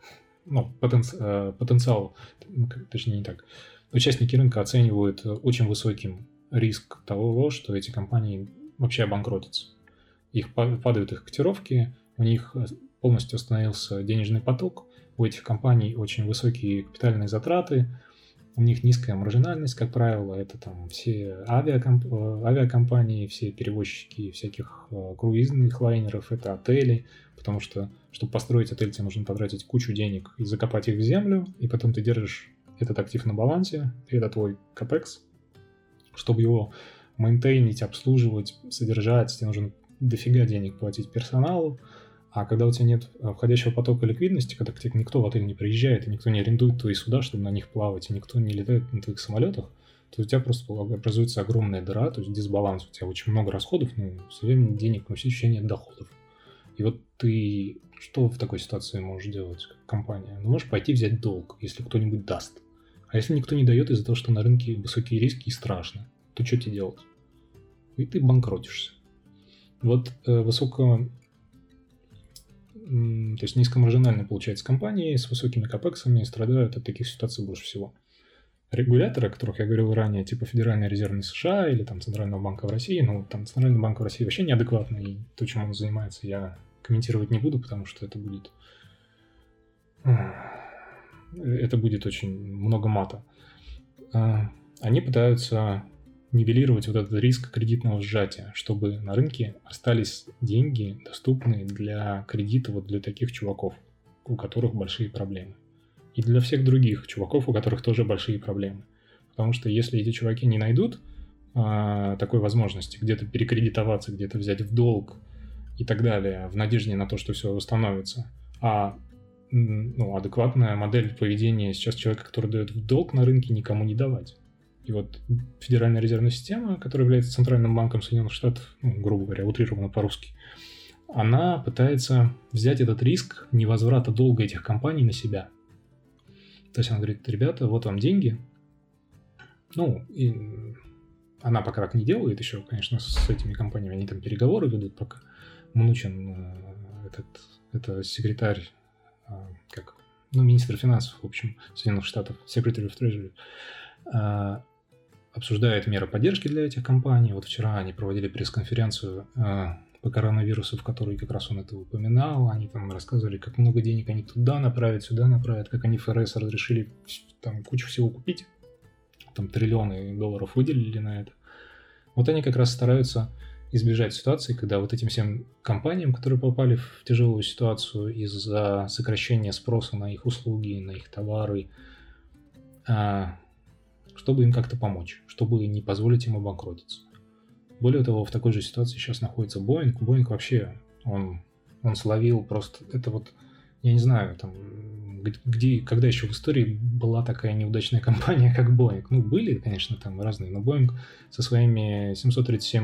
Speaker 2: потенциал, точнее не так. Участники рынка оценивают очень высоким риск того, что эти компании вообще обанкротятся. Падают их котировки, у них полностью остановился денежный поток, у этих компаний очень высокие капитальные затраты, у них низкая маржинальность, как правило, это там все авиакомпании, все перевозчики всяких круизных лайнеров, это отели, потому что, чтобы построить отель, тебе нужно потратить кучу денег и закопать их в землю, и потом ты держишь этот актив на балансе, и это твой капекс, чтобы его мейнтейнить, обслуживать, содержать, тебе нужно дофига денег платить персоналу. А когда у тебя нет входящего потока ликвидности, когда к тебе никто в отель не приезжает, и никто не арендует твои суда, чтобы на них плавать, и никто не летает на твоих самолетах, то у тебя просто образуется огромная дыра, то есть дисбаланс. У тебя очень много расходов, но все время денег, но все еще нет доходов. И вот ты что в такой ситуации можешь делать, как компания? Можешь пойти взять долг, если кто-нибудь даст. А если никто не дает из-за того, что на рынке высокие риски и страшно, то что тебе делать? И ты банкротишься. Вот то есть низкомаржинальные, получается, компании с высокими капексами страдают от таких ситуаций больше всего. Регуляторы, о которых я говорил ранее, типа Федеральной резервной США или там Центрального банка в России, там Центральный банк в России вообще неадекватный, и то, чем он занимается, я комментировать не буду, потому что это будет очень много мата. Они пытаются нивелировать вот этот риск кредитного сжатия, чтобы на рынке остались деньги, доступные для кредита вот для таких чуваков, у которых большие проблемы. И для всех других чуваков, у которых тоже большие проблемы. Потому что если эти чуваки не найдут такой возможности где-то перекредитоваться, где-то взять в долг и так далее, в надежде на то, что все восстановится, адекватная модель поведения сейчас человека, который дает в долг на рынке, никому не давать. И вот Федеральная резервная система, которая является Центральным банком Соединенных Штатов, грубо говоря, утрированно по-русски, она пытается взять этот риск невозврата долга этих компаний на себя. То есть она говорит, ребята, вот вам деньги. И она пока так не делает еще, конечно, с этими компаниями. Они там переговоры ведут, пока Мнучин, это секретарь, министр финансов, в общем, Соединенных Штатов, Secretary of Treasury, обсуждает меры поддержки для этих компаний. Вот вчера они проводили пресс-конференцию по коронавирусу, в которой как раз он это упоминал. Они там рассказывали, как много денег они туда направят, сюда направят, как они ФРС разрешили там кучу всего купить. Там триллионы долларов выделили на это. Вот они как раз стараются избежать ситуации, когда вот этим всем компаниям, которые попали в тяжелую ситуацию из-за сокращения спроса на их услуги, на их товары, чтобы им как-то помочь, чтобы не позволить им обанкротиться. Более того, в такой же ситуации сейчас находится Boeing. Boeing вообще, он словил просто... Это вот, я не знаю, там, когда еще в истории была такая неудачная компания, как Boeing. Были, конечно, там разные, но Boeing со своими 737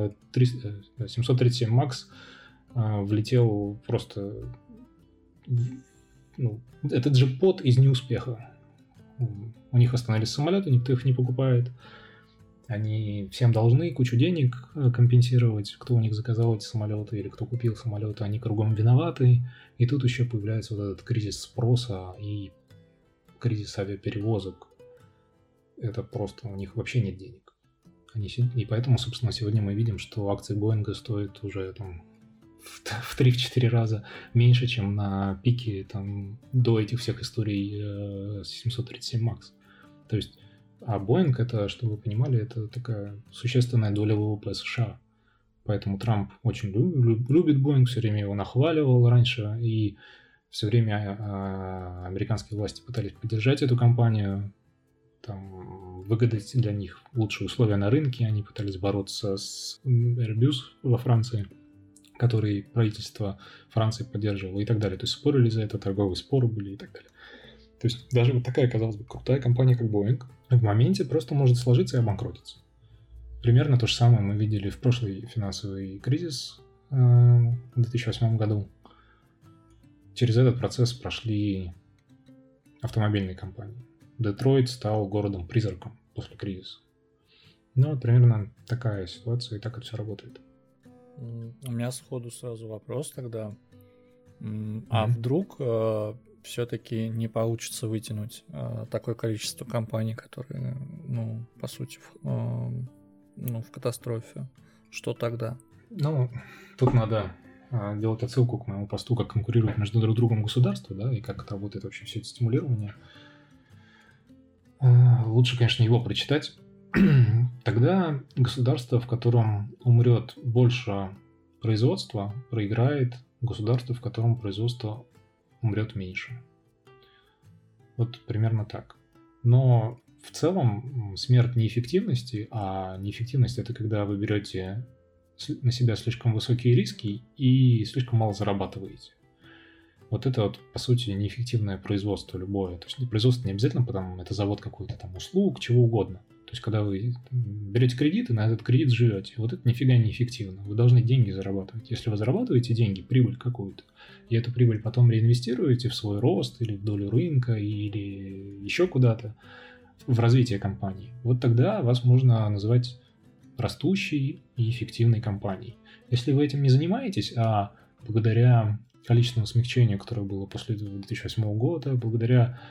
Speaker 2: MAX влетел просто... это джекпот из неуспеха. У них остановились самолеты, никто их не покупает. Они всем должны кучу денег компенсировать, кто у них заказал эти самолеты или кто купил самолеты, они кругом виноваты. И тут еще появляется вот этот кризис спроса и кризис авиаперевозок. Это просто у них вообще нет денег. И поэтому, собственно, сегодня мы видим, что акции Боинга стоят уже там в 3-4 раза меньше, чем на пике там, до этих всех историй 737 MAX. То есть, а Boeing, это, чтобы вы понимали, это такая существенная доля ВВП США. Поэтому Трамп очень любит Boeing, все время его нахваливал раньше, и все время американские власти пытались поддержать эту компанию, там, выгадать для них лучшие условия на рынке, они пытались бороться с Airbus во Франции, который правительство Франции поддерживало и так далее. То есть спорили за это, торговые споры были и так далее. То есть даже вот такая, казалось бы, крутая компания, как Boeing, в моменте просто может сложиться и обанкротиться. Примерно то же самое мы видели в прошлый финансовый кризис в 2008 году. Через этот процесс прошли автомобильные компании. Детройт стал городом-призраком после кризиса. Ну, вот примерно такая ситуация, и так это все работает.
Speaker 1: У меня сходу сразу вопрос тогда. А вдруг все-таки не получится вытянуть такое количество компаний, которые, ну, по сути, в катастрофе? Что тогда?
Speaker 2: Ну, тут надо делать отсылку к моему посту, как конкурируют между друг другом государства, да, и как это работает вообще все это стимулирование. Лучше, конечно, его прочитать. Тогда государство, в котором умрет больше производства, проиграет государство, в котором производство умрет меньше. Вот примерно так. Но в целом смерть неэффективности, а неэффективность — это когда вы берете на себя слишком высокие риски и слишком мало зарабатываете. Вот это вот, по сути, неэффективное производство любое. То есть производство не обязательно, потому это завод какой-то там услуг, чего угодно. То есть когда вы берете кредит и на этот кредит живете, вот это нифига не эффективно. Вы должны деньги зарабатывать. Если вы зарабатываете деньги, прибыль какую-то, и эту прибыль потом реинвестируете в свой рост или в долю рынка или еще куда-то, в развитие компании, вот тогда вас можно называть растущей и эффективной компанией. Если вы этим не занимаетесь, а благодаря количественному смягчению, которое было после 2008 года, благодаря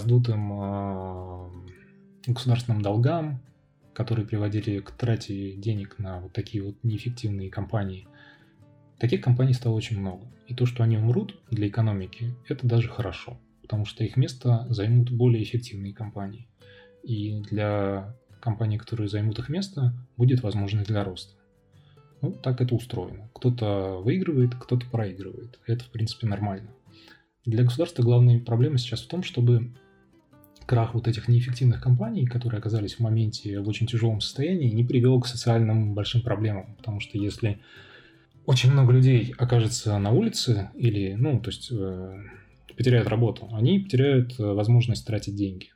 Speaker 2: раздутым государственным долгам, которые приводили к трате денег на вот такие вот неэффективные компании, таких компаний стало очень много. И то, что они умрут для экономики, это даже хорошо, потому что их место займут более эффективные компании. И для компаний, которые займут их место, будет возможность для роста. Ну, так это устроено. Кто-то выигрывает, кто-то проигрывает. Это, в принципе, нормально. Для государства главная проблема сейчас в том, чтобы крах вот этих неэффективных компаний, которые оказались в моменте в очень тяжелом состоянии, не привел к социальным большим проблемам. Потому что если очень много людей окажется на улице или, потеряют работу, они потеряют возможность тратить деньги.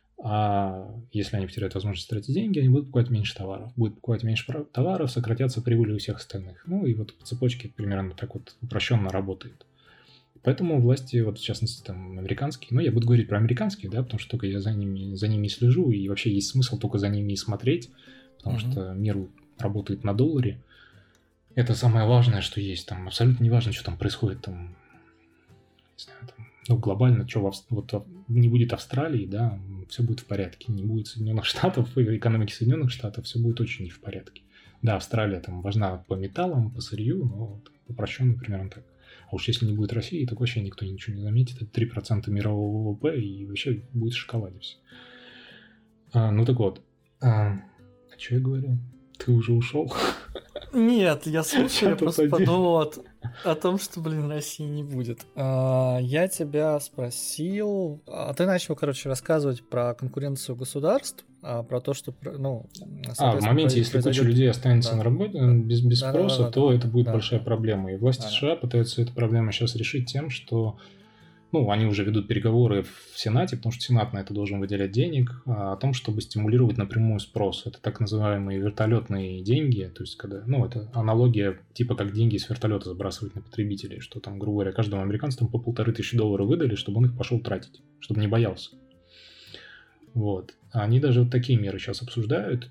Speaker 2: А если они потеряют возможность тратить деньги, они будут покупать меньше товаров. Будут покупать меньше товаров, сократятся прибыли у всех остальных. Ну и вот по цепочке примерно так вот упрощенно работает. Поэтому власти, вот в частности там американские, я буду говорить про американские, да, потому что только я за ними и слежу, и вообще есть смысл только за ними и смотреть, потому что мир работает на долларе. Это самое важное, что есть. Там абсолютно не важно, что там происходит, там, не знаю, там, глобально, что не будет Австралии, да, все будет в порядке. Не будет Соединенных Штатов, экономики Соединенных Штатов, все будет очень не в порядке. Да, Австралия там важна по металлам, по сырью, но упрощенно примерно так. А уж если не будет России, то вообще никто ничего не заметит. Это 3% мирового ВВП, и вообще будет в шоколаде все. Так вот. Что я говорил? Ты уже ушел?
Speaker 1: Нет, я слушаю, я просто подумал о том, что, России не будет. Я тебя спросил... ты начал, рассказывать про конкуренцию государств, про то, что...
Speaker 2: в моменте, если куча людей останется на работе без спроса, то это будет большая проблема. И власти США пытаются эту проблему сейчас решить тем, что... они уже ведут переговоры в Сенате, потому что Сенат на это должен выделять денег, о том, чтобы стимулировать напрямую спрос. Это так называемые вертолетные деньги, то есть когда, это аналогия, типа как деньги с вертолета сбрасывать на потребителей, что там, грубо говоря, каждому американцу там по $1500 выдали, чтобы он их пошел тратить, чтобы не боялся. Вот. Они даже вот такие меры сейчас обсуждают.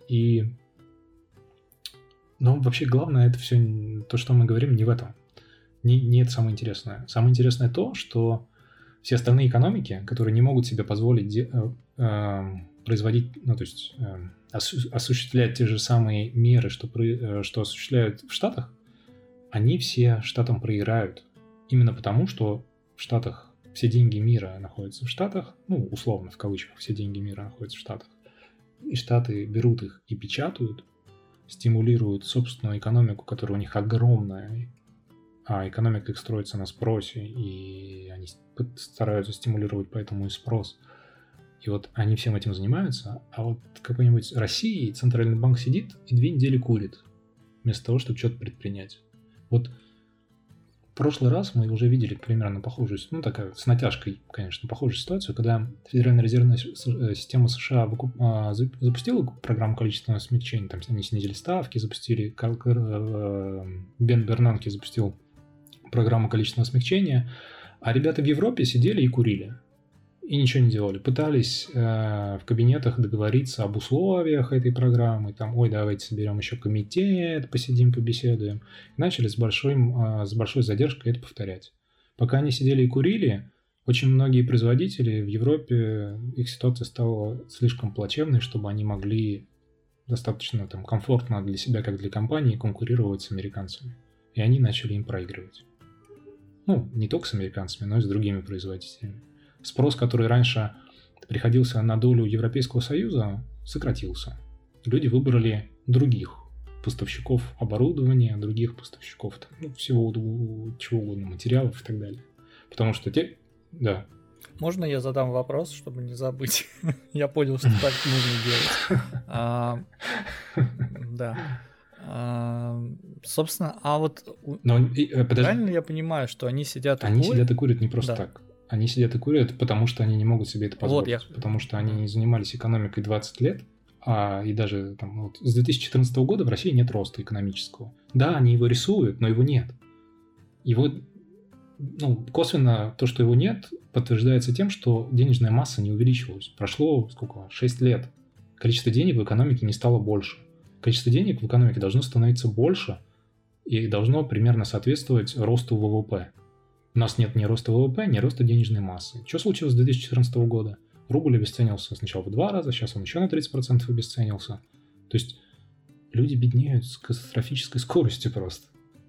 Speaker 2: Но вообще главное это все, то, что мы говорим, не в этом. Не это самое интересное. Самое интересное то, что все остальные экономики, которые не могут себе позволить производить, ну, то есть осуществлять те же самые меры, что осуществляют в Штатах, они все Штатам проиграют. Именно потому, что в Штатах все деньги мира находятся в Штатах, ну, условно, в кавычках, все деньги мира находятся в Штатах, и Штаты берут их и печатают, стимулируют собственную экономику, которая у них огромная, а экономика их строится на спросе, и они стараются стимулировать поэтому и спрос. И вот они всем этим занимаются, а вот какой-нибудь России Центральный банк сидит и 2 недели курит, вместо того, чтобы что-то предпринять. Вот в прошлый раз мы уже видели примерно похожую, ну такая с натяжкой, конечно, похожую ситуацию, когда Федеральная резервная система США запустила программу количественного смягчения, там они снизили ставки, запустили, Бен Бернанке запустил программу количественного смягчения, а ребята в Европе сидели и курили. И ничего не делали. Пытались в кабинетах договориться об условиях этой программы. Там, ой, давайте соберем еще комитет, посидим, побеседуем. И начали с большой задержкой это повторять. Пока они сидели и курили, очень многие производители в Европе, их ситуация стала слишком плачевной, чтобы они могли достаточно там, комфортно для себя, как для компании, конкурировать с американцами. И они начали им проигрывать. Ну, не только с американцами, но и с другими производителями. Спрос, который раньше приходился на долю Европейского Союза, сократился. Люди выбрали других поставщиков оборудования, других поставщиков всего чего угодно, материалов и так далее. Потому что Да.
Speaker 1: Можно я задам вопрос, чтобы не забыть? Я понял, что так нужно делать. Да. Собственно, правильно я понимаю, что они сидят и курят?
Speaker 2: Они сидят и курят не просто так. Они сидят и курят, потому что они не могут себе это позволить. Потому что они не занимались экономикой 20 лет, и даже с 2014 года в России нет роста экономического. Да, они его рисуют, но его нет. Его, косвенно то, что его нет, подтверждается тем, что денежная масса не увеличивалась. Прошло, 6 лет. Количество денег в экономике не стало больше. Количество денег в экономике должно становиться больше и должно примерно соответствовать росту ВВП. У нас нет ни роста ВВП, ни роста денежной массы. Что случилось с 2014 года? Рубль обесценился сначала в 2 раза, сейчас он еще на 30% обесценился. То есть люди беднеют с катастрофической скоростью просто.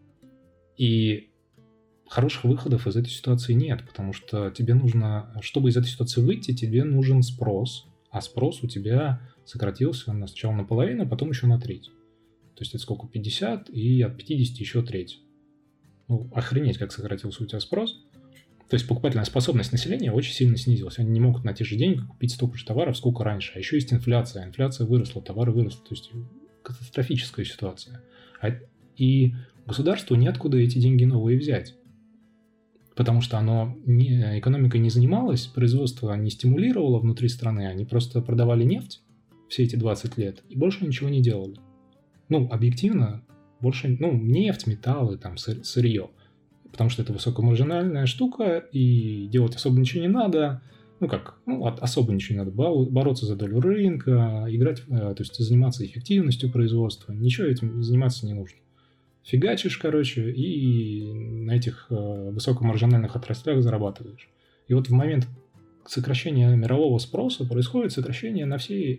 Speaker 2: И хороших выходов из этой ситуации нет, потому что тебе нужно, чтобы из этой ситуации выйти, тебе нужен спрос, а спрос у тебя сократился сначала наполовину, а потом еще на треть. То есть это сколько? 50, и от 50 еще треть. Охренеть, как сократился у тебя спрос. То есть покупательная способность населения очень сильно снизилась. Они не могут на те же деньги купить столько же товаров, сколько раньше. А еще есть инфляция. Инфляция выросла, товары выросли. То есть катастрофическая ситуация. И государству неоткуда эти деньги новые взять. Потому что экономикой не занималась, производство не стимулировало внутри страны. Они просто продавали нефть все эти 20 лет и больше ничего не делали. Объективно, больше, нефть, металлы, сырье. Потому что это высокомаржинальная штука, и делать особо ничего не надо. Особо ничего не надо. Бороться за долю рынка, играть, то есть заниматься эффективностью производства. Ничего этим заниматься не нужно. Фигачишь, и на этих высокомаржинальных отраслях зарабатываешь. И вот в момент сокращения мирового спроса происходит сокращение на все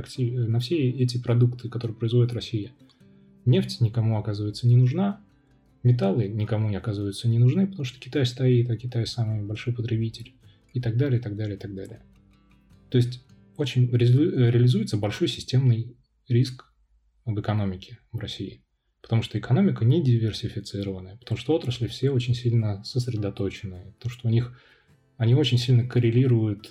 Speaker 2: эти продукты, которые производит Россия. Нефть никому, оказывается, не нужна. Металлы никому, оказывается, не нужны, потому что Китай стоит, а Китай самый большой потребитель. И так далее, и так далее, и так далее. То есть очень реализуется большой системный риск в экономике в России. Потому что экономика не диверсифицированная, потому что отрасли все очень сильно сосредоточенные, потому что они очень сильно коррелируют,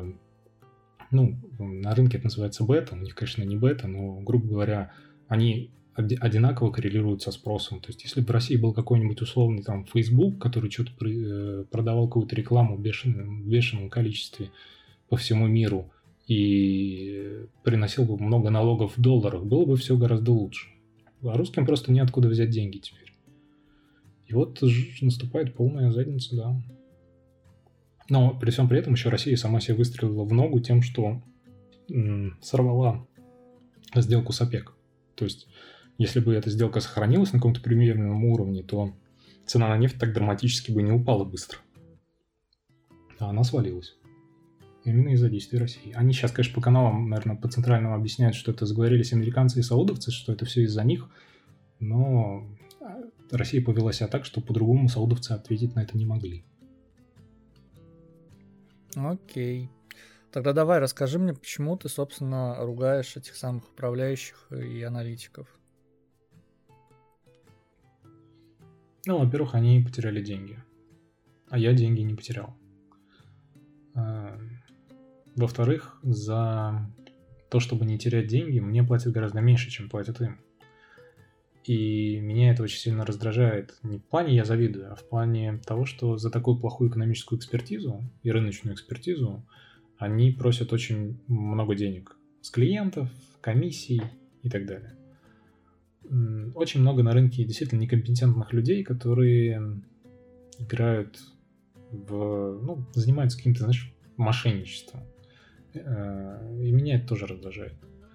Speaker 2: на рынке это называется бета, у них, конечно, не бета, но, грубо говоря, они одинаково коррелируют со спросом. То есть, если бы в России был какой-нибудь условный Facebook, который что-то продавал какую-то рекламу в бешеном количестве по всему миру и приносил бы много налогов в долларах, было бы все гораздо лучше. А русским просто неоткуда взять деньги теперь. И вот наступает полная задница, да. Но при всем при этом еще Россия сама себе выстрелила в ногу тем, что сорвала сделку с ОПЕК. То есть, если бы эта сделка сохранилась на каком-то примерном уровне, то цена на нефть так драматически бы не упала быстро. А она свалилась. Именно из-за действий России. Они сейчас, конечно, по каналам, наверное, по центральному объясняют, что это сговорились американцы и саудовцы, что это все из-за них. Но Россия повела себя так, что по-другому саудовцы ответить на это не могли.
Speaker 1: Окей. Тогда давай расскажи мне, почему ты, собственно, ругаешь этих самых управляющих и аналитиков.
Speaker 2: Ну, во-первых, они потеряли деньги. А я деньги не потерял. Во-вторых, за то, чтобы не терять деньги, мне платят гораздо меньше, чем платят им. И меня это очень сильно раздражает. Не в плане я завидую, а в плане того, что за такую плохую экономическую экспертизу и рыночную экспертизу они просят очень много денег с клиентов, комиссий и так далее. Очень много на рынке действительно некомпетентных людей, которые играют занимаются каким-то, знаешь, мошенничеством. И меня это тоже раздражает.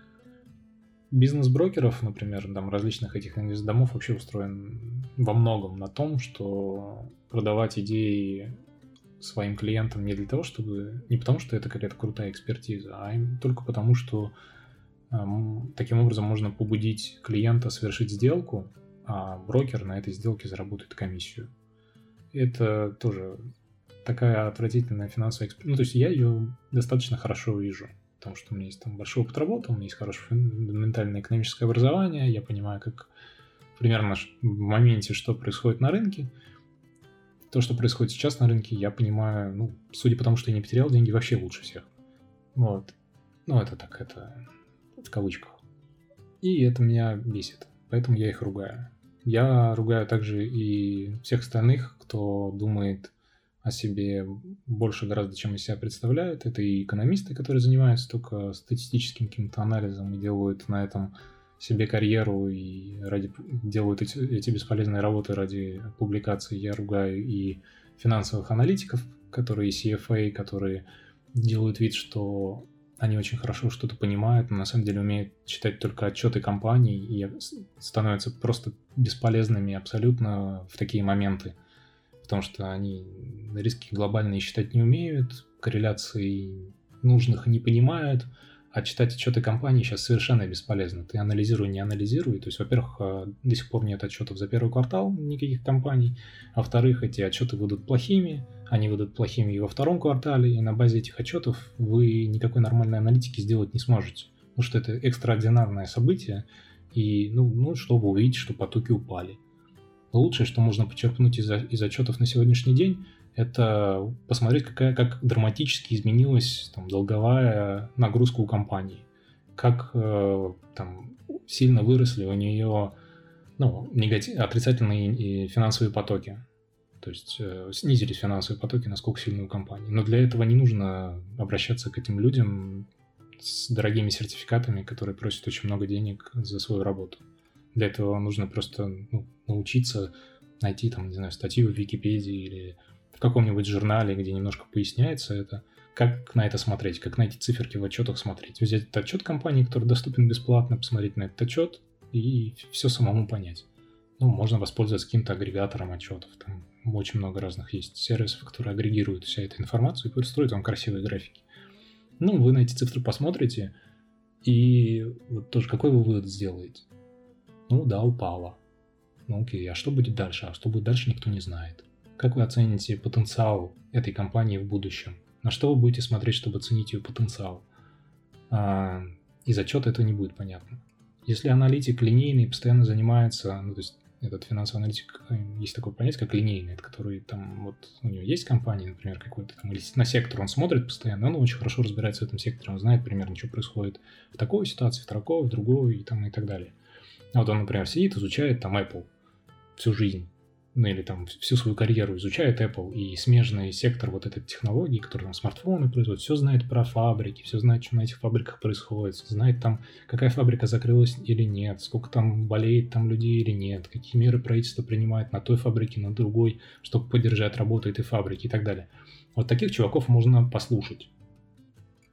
Speaker 2: Бизнес-брокеров, например, там, различных этих инвестдомов вообще устроен во многом на том, что продавать идеи своим клиентам не для того, чтобы... Не потому, что это какая-то крутая экспертиза, а только потому, что таким образом можно побудить клиента совершить сделку, а брокер на этой сделке заработает комиссию. Это тоже такая отвратительная финансовая экспертиза. Ну, то есть я ее достаточно хорошо вижу, потому что у меня есть там большой опыт работы, у меня есть хорошее фундаментальное экономическое образование, я понимаю, как примерно в моменте, что происходит на рынке. То, что происходит сейчас на рынке, я понимаю, судя по тому, что я не потерял деньги, вообще лучше всех. Вот. Это так, это в кавычках. И это меня бесит, поэтому я их ругаю. Я ругаю также и всех остальных, кто думает о себе больше гораздо, чем из себя представляют. Это и экономисты, которые занимаются только статистическим каким-то анализом и делают на этом себе карьеру и делают эти бесполезные работы ради публикаций. Я ругаю и финансовых аналитиков, которые CFA, которые делают вид, что они очень хорошо что-то понимают, но на самом деле умеют читать только отчеты компаний и становятся просто бесполезными абсолютно в такие моменты, потому что они риски глобальные считать не умеют, корреляций нужных не понимают, а читать отчеты компаний сейчас совершенно бесполезно. Ты анализируй, не анализируй. То есть, во-первых, до сих пор нет отчетов за первый квартал никаких компаний, а во-вторых, эти отчеты выйдут плохими, они выйдут плохими и во втором квартале, и на базе этих отчетов вы никакой нормальной аналитики сделать не сможете, потому что это экстраординарное событие, и, чтобы увидеть, что потоки упали. Лучшее, что можно почерпнуть из отчетов на сегодняшний день, это посмотреть, как драматически изменилась долговая нагрузка у компании, как сильно выросли у нее отрицательные финансовые потоки. То есть снизились финансовые потоки, насколько сильны у компании. Но для этого не нужно обращаться к этим людям с дорогими сертификатами, которые просят очень много денег за свою работу. Для этого нужно просто научиться найти статью в Википедии или в каком-нибудь журнале, где немножко поясняется это, как на это смотреть, как на эти циферки в отчетах смотреть. Взять этот отчет компании, который доступен бесплатно, посмотреть на этот отчет и все самому понять. Можно воспользоваться каким-то агрегатором отчетов. Там очень много разных есть сервисов, которые агрегируют вся эту информацию и строят вам красивые графики. Вы на эти цифры посмотрите, и вот тоже какой вы вывод сделаете? Упало. Окей, а что будет дальше? А что будет дальше, никто не знает. Как вы оцените потенциал этой компании в будущем? На что вы будете смотреть, чтобы оценить ее потенциал? Из отчета это не будет понятно. Если аналитик линейный постоянно занимается, то есть этот финансовый аналитик, есть такое понятие, как линейный, это который у него есть компания, например, какой-то или на сектор он смотрит постоянно, он очень хорошо разбирается в этом секторе, он знает примерно, что происходит в такой ситуации, в такой, в другой и так далее. Он, например, сидит, изучает Apple всю жизнь, или всю свою карьеру изучает Apple и смежный сектор этой технологии, которые смартфоны производят, все знает про фабрики, все знает, что на этих фабриках происходит, знает какая фабрика закрылась или нет, сколько болеет людей или нет, какие меры правительство принимает на той фабрике, на другой, чтобы поддержать работу этой фабрики и так далее. Таких чуваков можно послушать.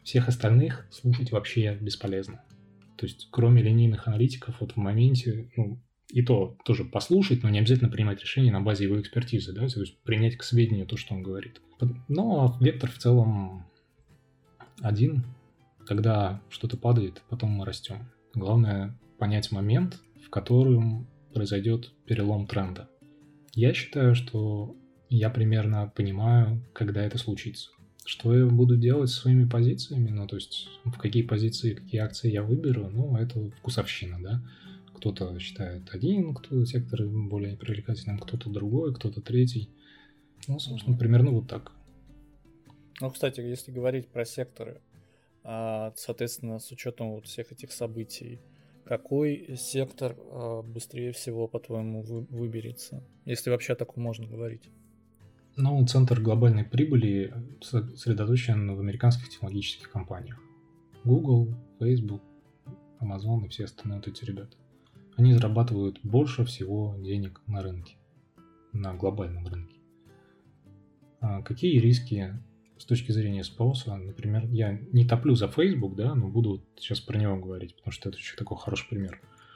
Speaker 2: Всех остальных слушать вообще бесполезно. То есть, кроме линейных аналитиков, вот в моменте, и то тоже послушать, но не обязательно принимать решение на базе его экспертизы, да, то есть принять к сведению то, что он говорит. Но вектор в целом один. Когда что-то падает, потом мы растем. Главное понять момент, в котором произойдет перелом тренда. Я считаю, что я примерно понимаю, когда это случится. Что я буду делать со своими позициями, то есть в какие позиции, какие акции я выберу, это вкусовщина, да. Кто-то считает один, кто сектор более привлекательным, кто-то другой, кто-то третий. Собственно, примерно вот так.
Speaker 1: Кстати, если говорить про секторы, соответственно, с учетом вот всех этих событий, какой сектор быстрее всего, по-твоему, выберется? Если вообще о таком можно говорить.
Speaker 2: Центр глобальной прибыли сосредоточен в американских технологических компаниях. Google, Facebook, Amazon и все остальные вот эти ребята. Они зарабатывают больше всего денег на рынке, на глобальном рынке. Какие риски с точки зрения спроса? Например, я не топлю за Facebook, да, но буду сейчас про него говорить, потому что это еще такой хороший пример.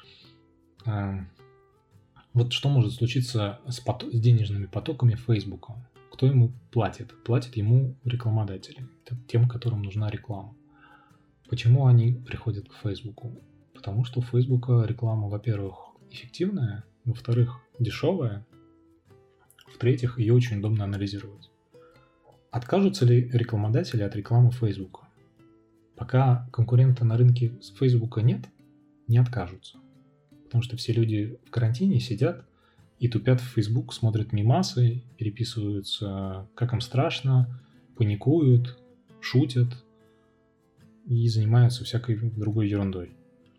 Speaker 2: Вот что может случиться с денежными потоками Facebook? Кто ему платит? Платят ему рекламодатели, тем, которым нужна реклама. Почему они приходят к Facebook? Потому что у Facebook реклама, во-первых, эффективная, во-вторых, дешевая, в-третьих, ее очень удобно анализировать. Откажутся ли рекламодатели от рекламы Facebook? Пока конкурента на рынке с Facebook нет, не откажутся. Потому что все люди в карантине сидят и тупят в Facebook, смотрят мемасы, переписываются, как им страшно, паникуют, шутят и занимаются всякой другой ерундой.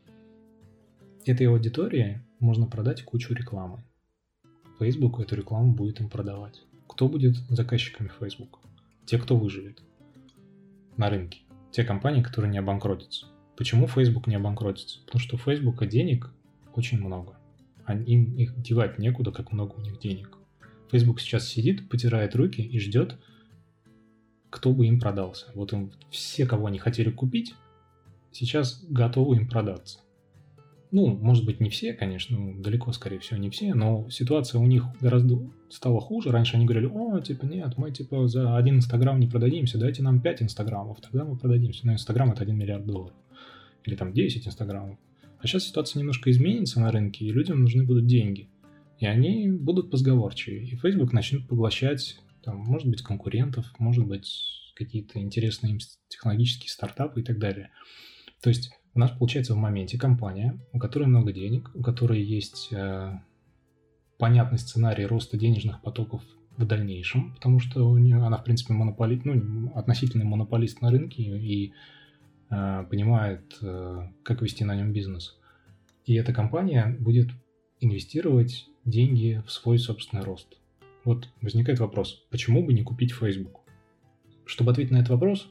Speaker 2: Этой аудитории можно продать кучу рекламы. Facebook эту рекламу будет им продавать. Кто будет заказчиками Facebook? Те, кто выживет на рынке. Те компании, которые не обанкротятся. Почему Facebook не обанкротится? Потому что у Facebook денег очень много. Им их девать некуда, как много у них денег. Facebook сейчас сидит, потирает руки и ждет, кто бы им продался. Вот им все, кого они хотели купить, сейчас готовы им продаться. Может быть, не все, конечно, далеко, скорее всего, не все, но ситуация у них гораздо стала хуже. Раньше они говорили, нет, мы, за 1 Инстаграм не продадимся, дайте нам 5 Инстаграмов, тогда мы продадимся. Но Инстаграм — это $1 миллиард. Или там 10 Инстаграмов. А сейчас ситуация немножко изменится на рынке, и людям нужны будут деньги. И они будут позговорчивее. И Facebook начнет поглощать, может быть, конкурентов, может быть, какие-то интересные им технологические стартапы и так далее. То есть у нас получается в моменте компания, у которой много денег, у которой есть понятный сценарий роста денежных потоков в дальнейшем, потому что она, в принципе, относительный монополист на рынке и понимает, как вести на нем бизнес. И эта компания будет инвестировать деньги в свой собственный рост. Вот возникает вопрос, почему бы не купить Facebook? Чтобы ответить на этот вопрос,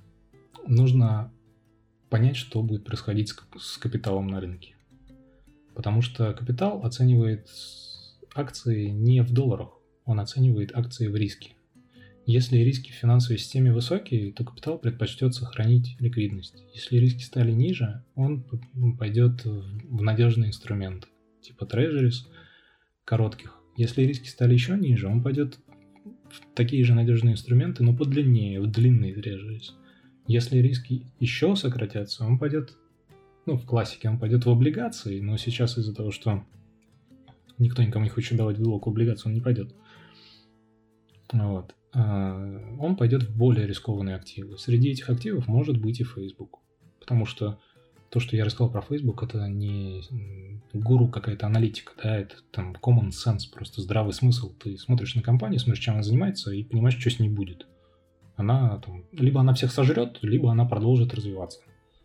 Speaker 2: нужно понять, что будет происходить с капиталом на рынке. Потому что капитал оценивает акции не в долларах, он оценивает акции в риске. Если риски в финансовой системе высокие, то капитал предпочтет сохранить ликвидность. Если риски стали ниже, он пойдет в надежные инструменты, типа трежерис, коротких. Если риски стали еще ниже, он пойдет в такие же надежные инструменты, но подлиннее, в длинные трежерис. Если риски еще сократятся, он пойдет, в классике он пойдет в облигации, но сейчас из-за того, что никто никому не хочет давать в долг облигацию, он не пойдет. Он пойдет в более рискованные активы. Среди этих активов может быть и Facebook. Потому что то, что я рассказал про Facebook, это не гуру какая-то аналитика, да, это там common sense, просто здравый смысл. Ты смотришь на компанию, смотришь, чем она занимается, и понимаешь, что с ней будет. Она либо она всех сожрет, либо она продолжит развиваться.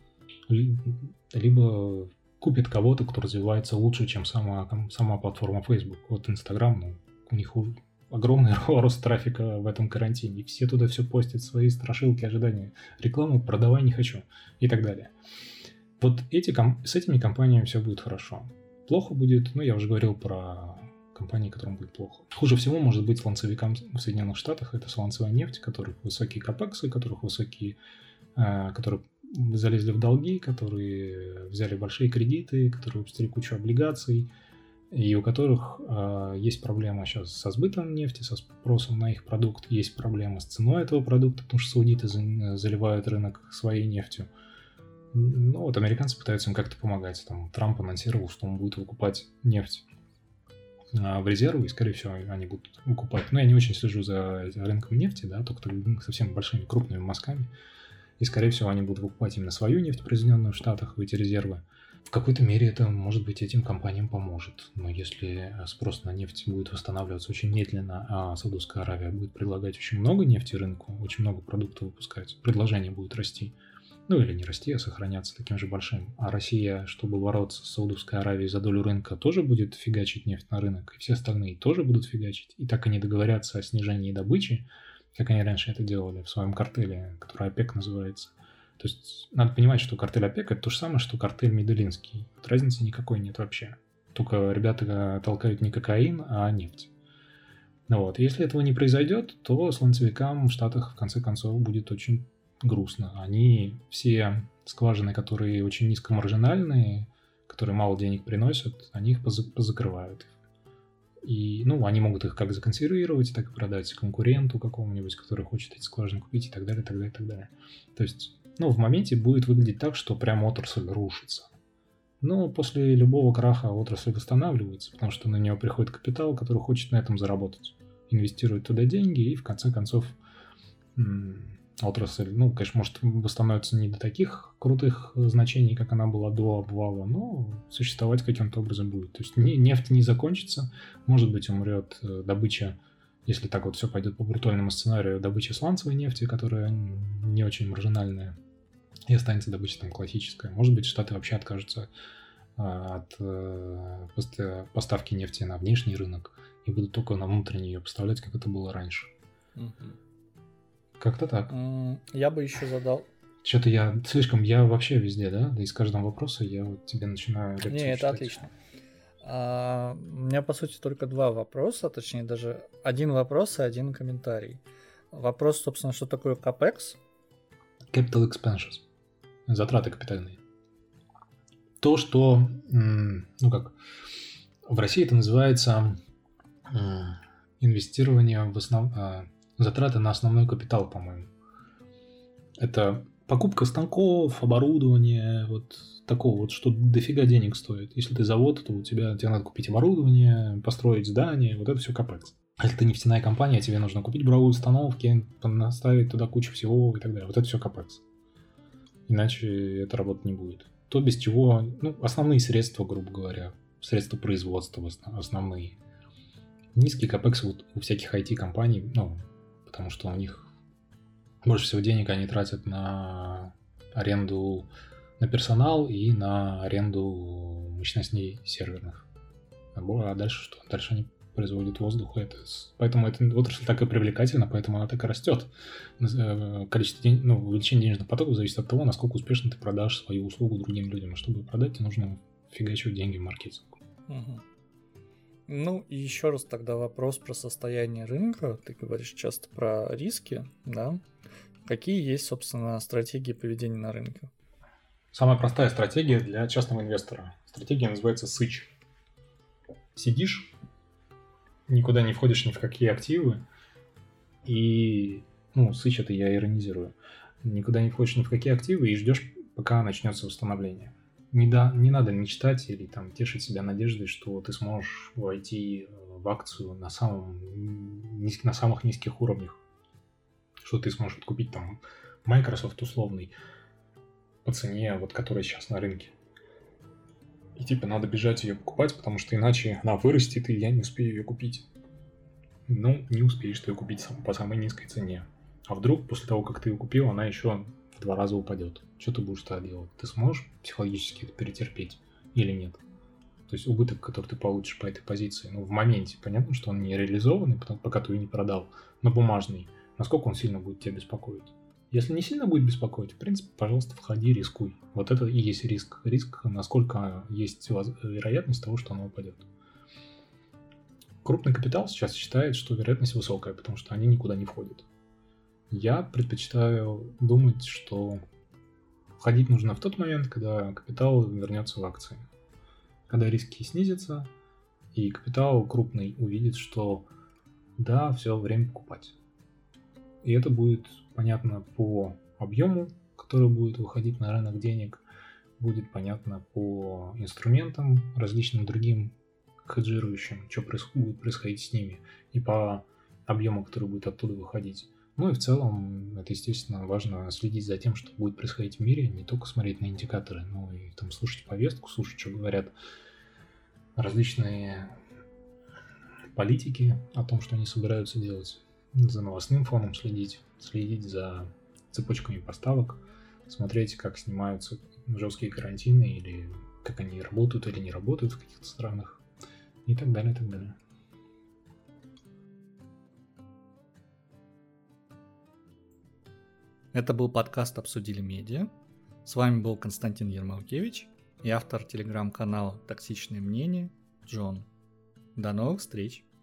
Speaker 2: Либо купит кого-то, кто развивается лучше, чем сама платформа Facebook. Вот Instagram, у них огромный рост трафика в этом карантине. И все туда все постят, свои страшилки, ожидания. Рекламу продавай не хочу. И так далее. Вот с этими компаниями все будет хорошо. Плохо будет, я уже говорил про компании, которым будет плохо. Хуже всего может быть сланцевикам в Соединенных Штатах. Это сланцевая нефть, у которых высокие капексы, у которых высокие которые залезли в долги, которые взяли большие кредиты, которые выпустили кучу облигаций, и у которых есть проблема сейчас со сбытом нефти, со спросом на их продукт, есть проблема с ценой этого продукта, потому что саудиты заливают рынок своей нефтью. Ну вот американцы пытаются им как-то помогать. Там Трамп анонсировал, что он будет выкупать нефть в резервы, и, скорее всего, они будут выкупать. Но я не очень слежу за рынком нефти, да, только совсем большими крупными мазками. И, скорее всего, они будут выкупать именно свою нефть, произведенную в Штатах, в эти резервы. В какой-то мере это, может быть, этим компаниям поможет. Но если спрос на нефть будет восстанавливаться очень медленно, а Саудовская Аравия будет предлагать очень много нефти рынку, очень много продуктов выпускать, предложение будет расти, ну или не расти, а сохраняться таким же большим. А Россия, чтобы бороться с Саудовской Аравией за долю рынка, тоже будет фигачить нефть на рынок, и все остальные тоже будут фигачить. И так они договорятся о снижении добычи, как они раньше это делали в своем картеле, который ОПЕК называется. То есть надо понимать, что картель ОПЕК – это то же самое, что картель Медellинский. Вот разницы никакой нет вообще. Только ребята толкают не кокаин, а нефть. Ну вот. Если этого не произойдет, то сланцевикам в Штатах в конце концов будет очень грустно. Они все скважины, которые очень низкомаржинальные, которые мало денег приносят, они их позакрывают. И, ну, они могут их как законсервировать, так и продать конкуренту какому-нибудь, который хочет эти скважины купить и так далее, так далее, так далее. То есть, ну, в моменте будет выглядеть так, что прям отрасль рушится. Но после любого краха отрасль восстанавливается, потому что на нее приходит капитал, который хочет на этом заработать. Инвестирует туда деньги, и в конце концов отрасль, ну, конечно, может восстановиться не до таких крутых значений, как она была до обвала, но существовать каким-то образом будет. То есть нефть не закончится, может быть, умрет добыча, если так вот все пойдет по брутальному сценарию, добыча сланцевой нефти, которая не очень маржинальная, и останется добыча там классическая. Может быть, Штаты вообще откажутся от поставки нефти на внешний рынок и будут только на внутренний ее поставлять, как это было раньше. Как-то так.
Speaker 1: Я бы еще задал...
Speaker 2: Что-то я вообще везде, да? Да, и с каждым вопросом я вот тебе начинаю лекцию
Speaker 1: Не, это
Speaker 2: читать.
Speaker 1: отлично. У меня, по сути, только два вопроса, точнее, даже один вопрос и один комментарий. Вопрос, собственно, что такое CAPEX?
Speaker 2: Capital Expenses. Затраты капитальные. То, что, ну как, в России это называется инвестирование в затраты на основной капитал, по-моему. Это покупка станков, оборудования, вот такого вот, что дофига денег стоит. Если ты завод, то тебе надо купить оборудование, построить здание, вот это все капекс. Если ты нефтяная компания, тебе нужно купить буровые установки, наставить туда кучу всего и так далее. Вот это все капекс. Иначе это работать не будет. То, без чего, ну, основные средства, грубо говоря, средства производства основные. Низкий капекс вот у всяких IT-компаний, ну, потому что у них больше всего денег они тратят на аренду, на персонал и на аренду мощностей серверных. А дальше что? Дальше они производят воздух. Поэтому эта отрасль так и привлекательна, поэтому она так и растет. Количество увеличение денежных потоков зависит от того, насколько успешно ты продашь свою услугу другим людям. А чтобы продать, тебе нужно фигачивать деньги в маркетинг.
Speaker 1: Угу. Ну и еще раз тогда вопрос про состояние рынка. Ты говоришь часто про риски, да? Какие есть, собственно, стратегии поведения на рынке?
Speaker 2: Самая простая стратегия для частного инвестора. Стратегия называется сыч. Сидишь, никуда не входишь ни в какие активы, и, сыч это я иронизирую, никуда не входишь ни в какие активы и ждешь, пока начнется восстановление. Не надо мечтать или там тешить себя надеждой, что ты сможешь войти в акцию на самых низких уровнях, что ты сможешь купить там Microsoft условный по цене, вот которая сейчас на рынке. И надо бежать ее покупать, потому что иначе она вырастет, и я не успею ее купить. Не успеешь ты ее купить по самой низкой цене. А вдруг после того, как ты ее купил, она еще в 2 раза упадет. Что ты будешь тогда делать? Ты сможешь психологически это перетерпеть или нет? То есть убыток, который ты получишь по этой позиции, в моменте, понятно, что он не реализованный, пока ты ее не продал, но бумажный. Насколько он сильно будет тебя беспокоить? Если не сильно будет беспокоить, в принципе, пожалуйста, входи, рискуй. Вот это и есть риск. Риск, насколько есть вероятность того, что оно упадет. Крупный капитал сейчас считает, что вероятность высокая, потому что они никуда не входят. Я предпочитаю думать, что входить нужно в тот момент, когда капитал вернется в акции. Когда риски снизятся, и капитал крупный увидит, что да, все, время покупать. И это будет понятно по объему, который будет выходить на рынок денег, будет понятно по инструментам, различным другим хеджирующим, что будет происходить с ними, и по объему, который будет оттуда выходить. Ну и в целом, это, естественно, важно следить за тем, что будет происходить в мире, не только смотреть на индикаторы, но и там слушать повестку, слушать, что говорят различные политики о том, что они собираются делать, за новостным фоном следить за цепочками поставок, смотреть, как снимаются жесткие карантины, или как они работают или не работают в каких-то странах, и так далее, и так далее.
Speaker 1: Это был подкаст «Обсудили медиа». С вами был Константин Ермолкевич и автор телеграм-канала «Токсичные мнения» Джон. До новых встреч!